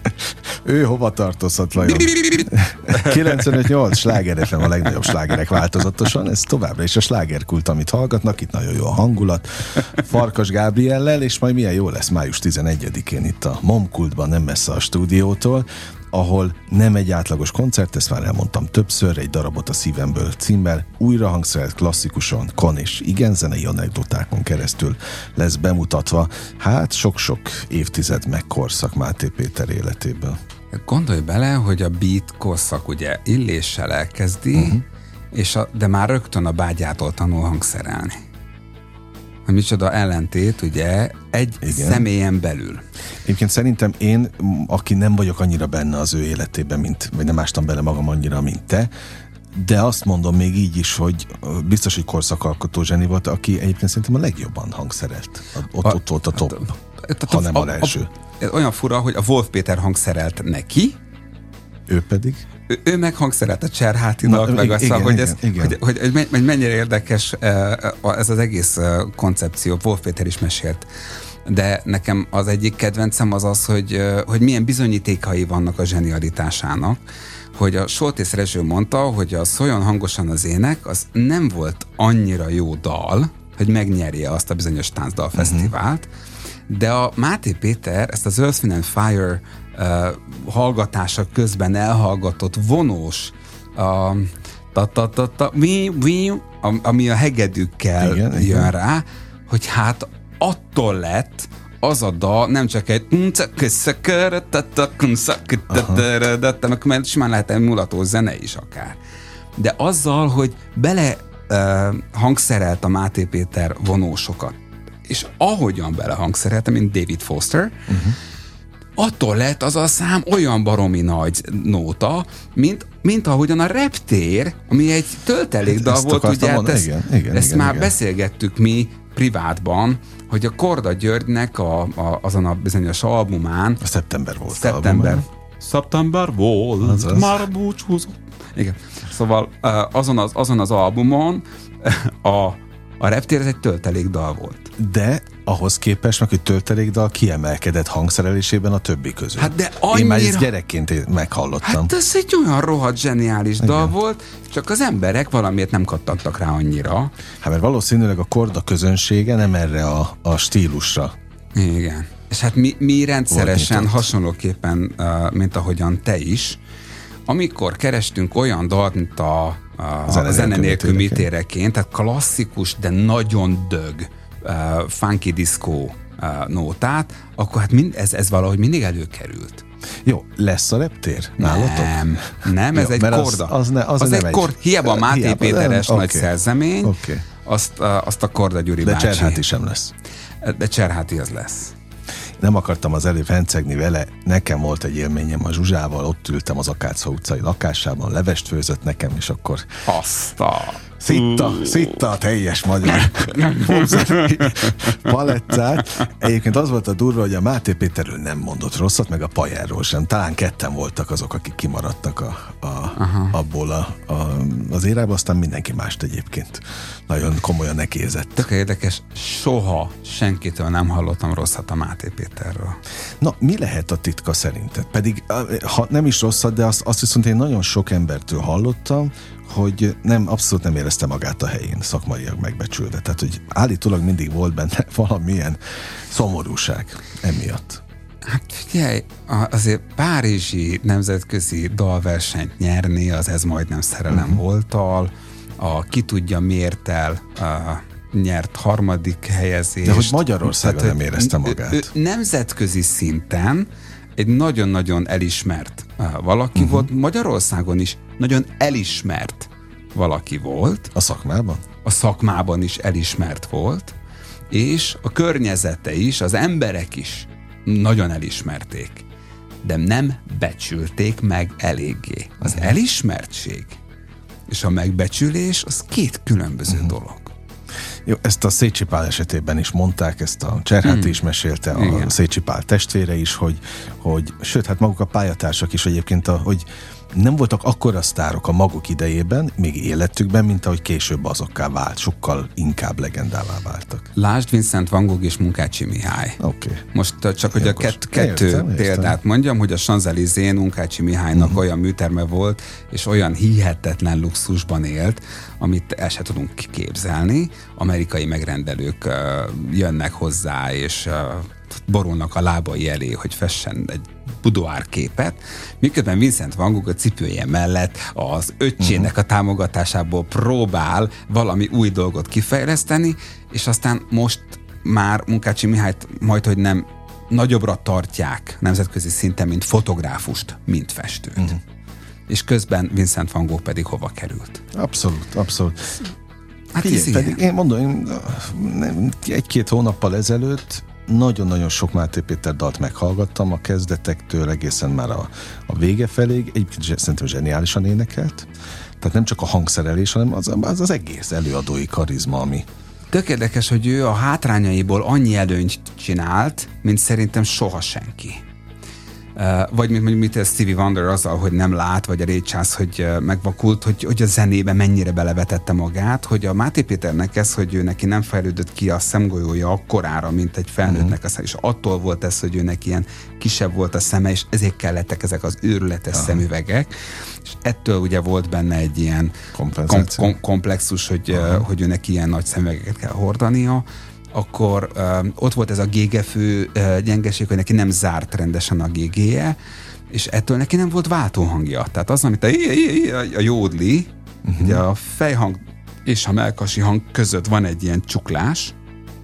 Ő hova tartozhat vajon? kilencvenöt nyolc Sláger ef em, a legnagyobb slágerek változatosan, ez továbbra is a slágerkult, amit hallgatnak, itt nagyon jó a hangulat. Farkas Gábriellel, és majd milyen jó lesz május tizenegyedikén itt a Momkultban, nem messze a stúdiótól, ahol nem egy átlagos koncert, ezt már elmondtam többször, egy darabot a szívemből címmel, újra hangszerelt klasszikuson, kan és igen zenei anekdotákon keresztül lesz bemutatva, hát sok-sok évtized meg korszak Máté Péter életéből. Gondolj bele, hogy a beat korszak ugye illéssel elkezdi, uh-huh. és a, de már rögtön a bágyától tanul hangszerelni. Hogy micsoda ellentét, ugye, egy igen. személyen belül. Egyébként szerintem én, aki nem vagyok annyira benne az ő életében, mint, vagy nem ástam bele magam annyira, mint te, de azt mondom még így is, hogy biztos, hogy korszakalkotó zseni volt, aki egyébként szerintem a legjobban hangszerelt. Ott, a, ott volt a top, a, a, a, ha nem a, a első. A, olyan fura, hogy a Wolf Péter hangszerelt neki, ő pedig? Ő, ő meg hangszerelt a Cserhátinak, meg azt, hogy, ez, hogy, hogy, hogy, hogy mennyire érdekes ez az egész koncepció. Wolf Péter is mesélt. De nekem az egyik kedvencem az az, hogy, hogy milyen bizonyítékai vannak a zsenialitásának, hogy a Soltész Rezső mondta, hogy a Szóljon hangosan az ének, az nem volt annyira jó dal, hogy megnyerje azt a bizonyos táncdalfesztivált, uh-huh. de a Máté Péter ezt az Earth, Wind and Fire uh, hallgatása közben elhallgatott vonós uh, ta, ta, ta, ta, mi, mi, ami a hegedűkkel igen, jön igen. rá, hogy hát attól lett az a dal, nem csak egy mert simán lehet egy mulató zene is akár. De azzal, hogy bele uh, hangszerelt a Máté Péter vonósokat, és ahogyan bele hangszerelte, mint David Foster, uh-huh. attól lett az a szám olyan baromi nagy nóta, mint, mint ahogyan a Reptér, ami egy töltelékdal volt, ugye, hát ezt, igen, igen, ezt igen, már igen. beszélgettük mi privátban, hogy a Korda Györgynek a, a, azon a bizonyos albumán, a Szeptember volt Szeptember. Szeptember volt, azaz. Már búcsúzott. Igen. Szóval azon az, azon az albumon a, a Reptér ez egy töltelékdal volt. De ahhoz képest, meg, hogy töltelékdal kiemelkedett hangszerelésében a többi közül. Hát de annyira... Én már ezt gyerekként meghallottam. Hát ez egy olyan rohadt zseniális igen. dal volt, csak az emberek valamiért nem kattantak rá annyira. Hát mert valószínűleg a Korda közönsége nem erre a, a stílusra. Igen. És hát mi, mi rendszeresen hasonlóképpen, uh, mint ahogyan te is, amikor kerestünk olyan dalt, mint a, a, a zene nélkül mitéreként, tehát klasszikus, de nagyon dög uh, funky disco uh, nótát, akkor hát mind, ez, ez valahogy mindig előkerült. Jó, lesz a Reptér nálatok? Nem, nem, ez Jó, egy Korda. Az, az, ne, az, az egy kord, hiába a Máté hiába, Péteres nem, nagy okay. szerzemény, okay. Azt, uh, azt a Korda Gyuri de bácsi. De Cserháti sem lesz. De Cserháti az lesz. Nem akartam az előbb hencegni vele, nekem volt egy élményem a Zsuzsával, ott ültem az Akácfa utcai lakásában, levest főzött nekem, és akkor azt a... Szitta, szitta a teljes magyar palettát. Egyébként az volt a durva, hogy a Máté Péterről nem mondott rosszat, meg a Pajerról sem. Talán ketten voltak azok, akik kimaradtak a, a, abból a, a, az érából, aztán mindenki mást egyébként nagyon komolyan nekézett. Tök érdekes, soha senkitől nem hallottam rosszat a Máté Péterről. Na, mi lehet a titka szerinted? Pedig, ha nem is rosszat, de azt, azt viszont én nagyon sok embertől hallottam, hogy nem, abszolút nem érezte magát a helyén, szakmaiak megbecsülve. Tehát, hogy állítólag mindig volt benne valamilyen szomorúság emiatt. Hát figyelj, azért párizsi nemzetközi dalversenyt nyerni, az ez majdnem szerelem uh-huh. voltal, a ki tudja miért el a nyert harmadik helyezést. De hogy Magyarországon nem érezte magát. Ő, ő nemzetközi szinten egy nagyon-nagyon elismert valaki uh-huh. volt, Magyarországon is nagyon elismert valaki volt. A szakmában? A szakmában is elismert volt, és a környezete is, az emberek is nagyon elismerték, de nem becsülték meg eléggé. Az uh-huh. elismertség és a megbecsülés az két különböző uh-huh. dolog. Jó, ezt a Szécsi Pál esetében is mondták, ezt a Cserháti mm. is mesélte, a Igen. Szécsi Pál testvére is, hogy, hogy sőt, hát maguk a pályatársak is egyébként, a, hogy nem voltak akkora sztárok a maguk idejében, még életükben, mint ahogy később azokká vált, sokkal inkább legendává váltak. Lásd Vincent van Gogh és Munkácsi Mihály. Oké. Okay. Most csak, hogy a kett, kettő értem, példát értem. mondjam, hogy a Champs-Élysén Munkácsi Mihálynak uh-huh. olyan műterme volt, és olyan hihetetlen luxusban élt, amit el se tudunk képzelni. Amerikai megrendelők uh, jönnek hozzá, és uh, borulnak a lábai elé, hogy fessen egy budoár képet, miközben Vincent van Gogh a cipője mellett az öccsének a támogatásából próbál valami új dolgot kifejleszteni, és aztán most már Munkácsi Mihályt majdhogy nem nagyobbra tartják nemzetközi szinten, mint fotográfust, mint festőt. Uh-huh. És közben Vincent van Gogh pedig hova került? Abszolút, abszolút. Hát Figyelj, pedig én mondom, én egy-két hónappal ezelőtt nagyon-nagyon sok Máté Péter dalt meghallgattam a kezdetektől egészen már a, a vége felé. Egyébként szerintem zseniálisan énekelt. Tehát nem csak a hangszerelés, hanem az az, az egész előadói karizma, ami... Tök érdekes, hogy ő a hátrányaiból annyi előnyt csinált, mint szerintem soha senki. Uh, vagy mint mondjuk mit Stevie Wonder azzal, hogy nem lát, vagy a Ray Charles, hogy uh, megvakult, hogy, hogy a zenébe mennyire belevetette magát, hogy a Máté Péternek ez, hogy ő neki nem fejlődött ki a szemgolyója akkorára, mint egy felnőttnek a szem, és attól volt ez, hogy őnek ilyen kisebb volt a szeme, és ezért kellettek ezek az őrületes Aha. szemüvegek, és ettől ugye volt benne egy ilyen kom- kom- komplexus, hogy, uh, hogy őnek ilyen nagy szemüvegeket kell hordania. Akkor uh, ott volt ez a gégefő uh, gyengeség, hogy neki nem zárt rendesen a gégéje, és ettől neki nem volt váltóhangja. Tehát az, amit a, a jódli, uh-huh. ugye a fejhang és a mellkasi hang között van egy ilyen csuklás,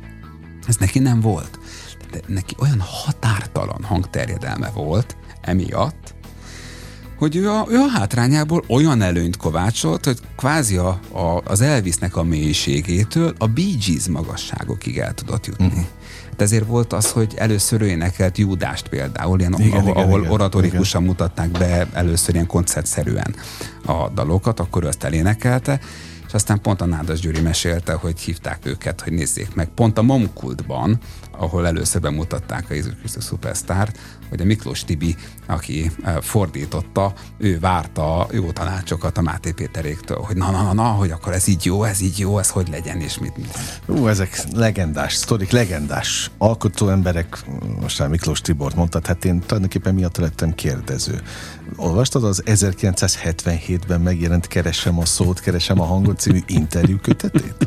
ez neki nem volt. De neki olyan határtalan hangterjedelme volt emiatt, hogy ő a, ő a hátrányából olyan előnyt kovácsolt, hogy kvázi a, a, az Elvisnek a mélységétől a Bee Gees magasságokig el tudott jutni. Uh-huh. Ezért volt az, hogy először ő énekelt Júdást például, ilyen, igen, ahol, igen, ahol igen, oratorikusan igen. mutatták be először ilyen koncertszerűen a dalokat, akkor ő ezt elénekelte, és aztán pont a Nádas Gyuri mesélte, hogy hívták őket, hogy nézzék meg. Pont a Momkultban, ahol először bemutatták a Jézus Krisztus Superstar-t, hogy a Miklós Tibi, aki fordította, ő várta jó tanácsokat a Máté Péteréktől, hogy na, na, na, na, hogy akkor ez így jó, ez így jó, ez hogy legyen, és mit, mit. Ú, ezek legendás sztorik, legendás alkotó emberek, most már Miklós Tibort mondtad, hát én tulajdonképpen miatt lettem kérdező. Olvastad az ezerkilencszázhetvenhétben megjelent Keresem a szót, keresem a hangot című interjú kötetét?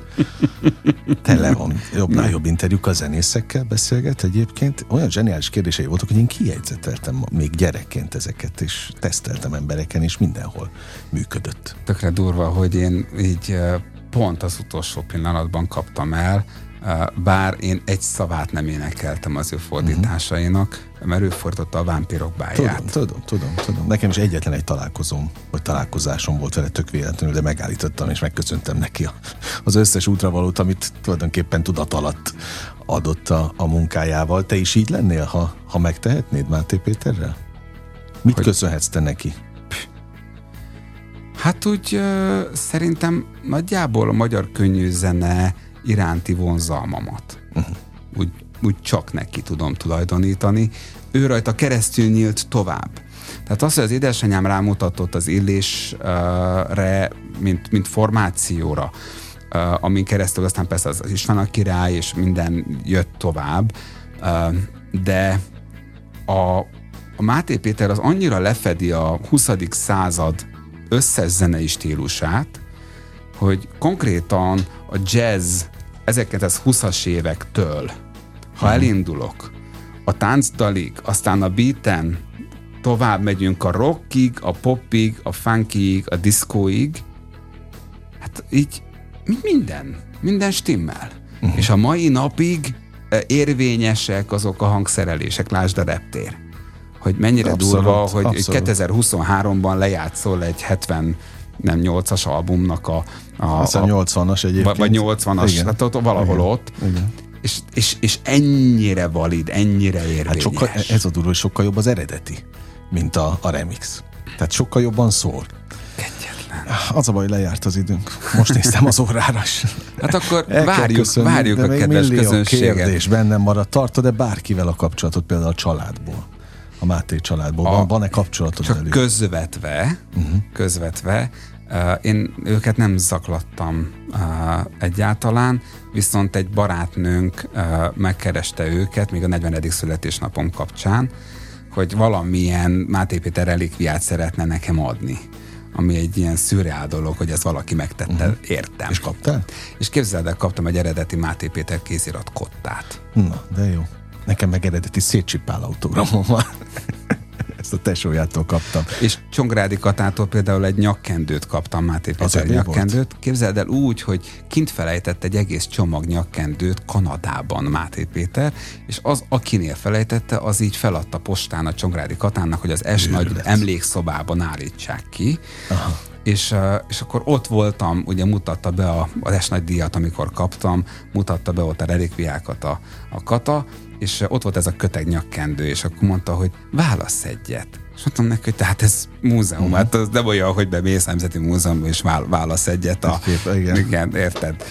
Tele van jobbnál jobb interjúk a zenészekkel beszélget egyébként. Olyan zseniális kérdései voltak, hogy én kijegyzeteltem még gyerekként ezeket, és teszteltem embereken, és mindenhol működött. Tökre durva, hogy én így pont az utolsó pillanatban kaptam el, bár én egy szavát nem énekeltem az ő fordításainak, uh-huh. mert ő fordította a Vámpírok báját. Tudom, tudom, tudom, tudom. Nekem is egyetlen egy találkozóm, vagy találkozásom volt vele tök véletlenül, de megállítottam és megköszöntem neki a, az összes útravalót, amit tulajdonképpen tudat alatt adott a, a munkájával. Te is így lennél, ha, ha megtehetnéd Máté Péterrel? Mit hogy... köszönhetsz te neki? Hát úgy ö, szerintem nagyjából a magyar könnyűzene iránti vonzalmamat. Uh-huh. Úgy, úgy csak neki tudom tulajdonítani. Ő rajta keresztül nyílt tovább. Tehát az, hogy az édesanyám rámutatott az Illésre, mint, mint formációra, uh, amin keresztül aztán persze az István a király, és minden jött tovább, uh, de a, a Máté Péter az annyira lefedi a huszadik század összes zenei stílusát, hogy konkrétan a jazz ezerkilencszázhúszas évektől, ha elindulok, a táncdalig, aztán a beaten, tovább megyünk a rockig, a popig, a funkyig, a diszkóig, hát így minden, minden stimmel. Uh-huh. És a mai napig érvényesek azok a hangszerelések, lásd a reptér. Hogy mennyire abszolút, durva, hogy abszolút. kétezer-huszonháromban lejátszol egy hetven nem nyolcas albumnak a... a, a nyolcvanas egyébként. Vagy nyolcvanas, hát ott, valahol igen. ott. Igen. És, és, és ennyire valid, ennyire érvényes. Hát sokkal, ez a durva, hogy sokkal jobb az eredeti, mint a, a remix. Tehát sokkal jobban szól. Kegyetlen. Az a baj, lejárt az időnk. Most néztem az órára is. Hát akkor várjuk, köszönni, várjuk a kedves közönséget. Kérdés bennem maradt. Tartod-e bárkivel a kapcsolatot, például a családból? A Máté családból. Van, van-e kapcsolatod csak velük? közvetve, uh-huh. közvetve. Uh, én őket nem zaklattam uh, egyáltalán, viszont egy barátnőnk uh, megkereste őket még a negyvenedik születésnapom kapcsán, hogy valamilyen Máté Péter relikviát szeretne nekem adni, ami egy ilyen szürreál dolog, hogy ez valaki megtette, uh-huh. értem. És kaptál? És képzeld el, kaptam egy eredeti Máté Péter kézirat kottát. Na, de jó. Nekem meg eredeti Szécsi Pál autogramom van. Ezt a tesójától kaptam. És Csongrádi Katától például egy nyakkendőt kaptam, Máté Péter nyakkendőt. Volt? Képzeld el úgy, hogy kint felejtett egy egész csomag nyakkendőt Kanadában Máté Péter, és az, akinél felejtette, az így feladta postán a Csongrádi Katának, hogy az es nagy emlékszobában állítsák ki. Aha. És, és akkor ott voltam, ugye mutatta be a, az es nagy díjat, amikor kaptam, mutatta be ott a relikviákat a, a Kata, és ott volt ez a köteg nyakkendő, és akkor mondta, hogy válasz egyet. És mondtam neki, hogy tehát ez múzeum, uh-huh. hát az nem olyan, hogy bemész Nemzeti Múzeumban, és válasz egyet. A, kép, igen. igen, érted?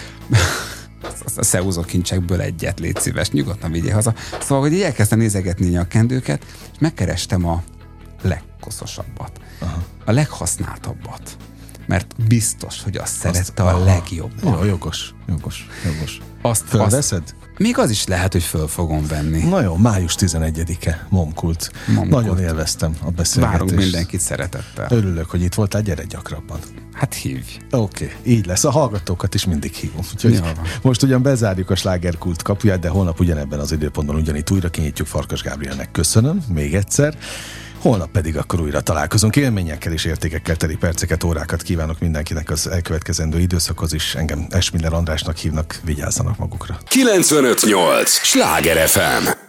A szeúzó kincsekből egyet, légy szíves, nyugodtan vigyél haza. Szóval, hogy így elkezdtem nézegetni a nyakkendőket, és megkerestem a legkoszosabbat, aha. a leghasználtabbat. Mert biztos, hogy azt, azt szerette a legjobban. Jó, jogos, jogos, jogos. Azt fölveszed? Azt, még az is lehet, hogy föl fogom venni. Na jó, május tizenegyedike, Momkult. Momkult. Nagyon élveztem a beszélgetést. Várunk mindenkit szeretettel. Örülök, hogy itt voltál, gyere gyakrabban. Hát hívj. Oké, okay, így lesz. A hallgatókat is mindig hívom. Úgyhogy most ugyan bezárjuk a Slágerkult kapuját, de holnap ugyanebben az időpontban ugyanitt újra kinyitjuk Farkas Gábrielnek. Köszönöm még egyszer. Holnap pedig akkor újra találkozunk. Élményekkel és értékekkel teli perceket, órákat kívánok mindenkinek az elkövetkezendő időszakhoz is. Engem Esmiller Andrásnak hívnak, vigyázzanak magukra. kilencvenöt nyolc Sláger ef em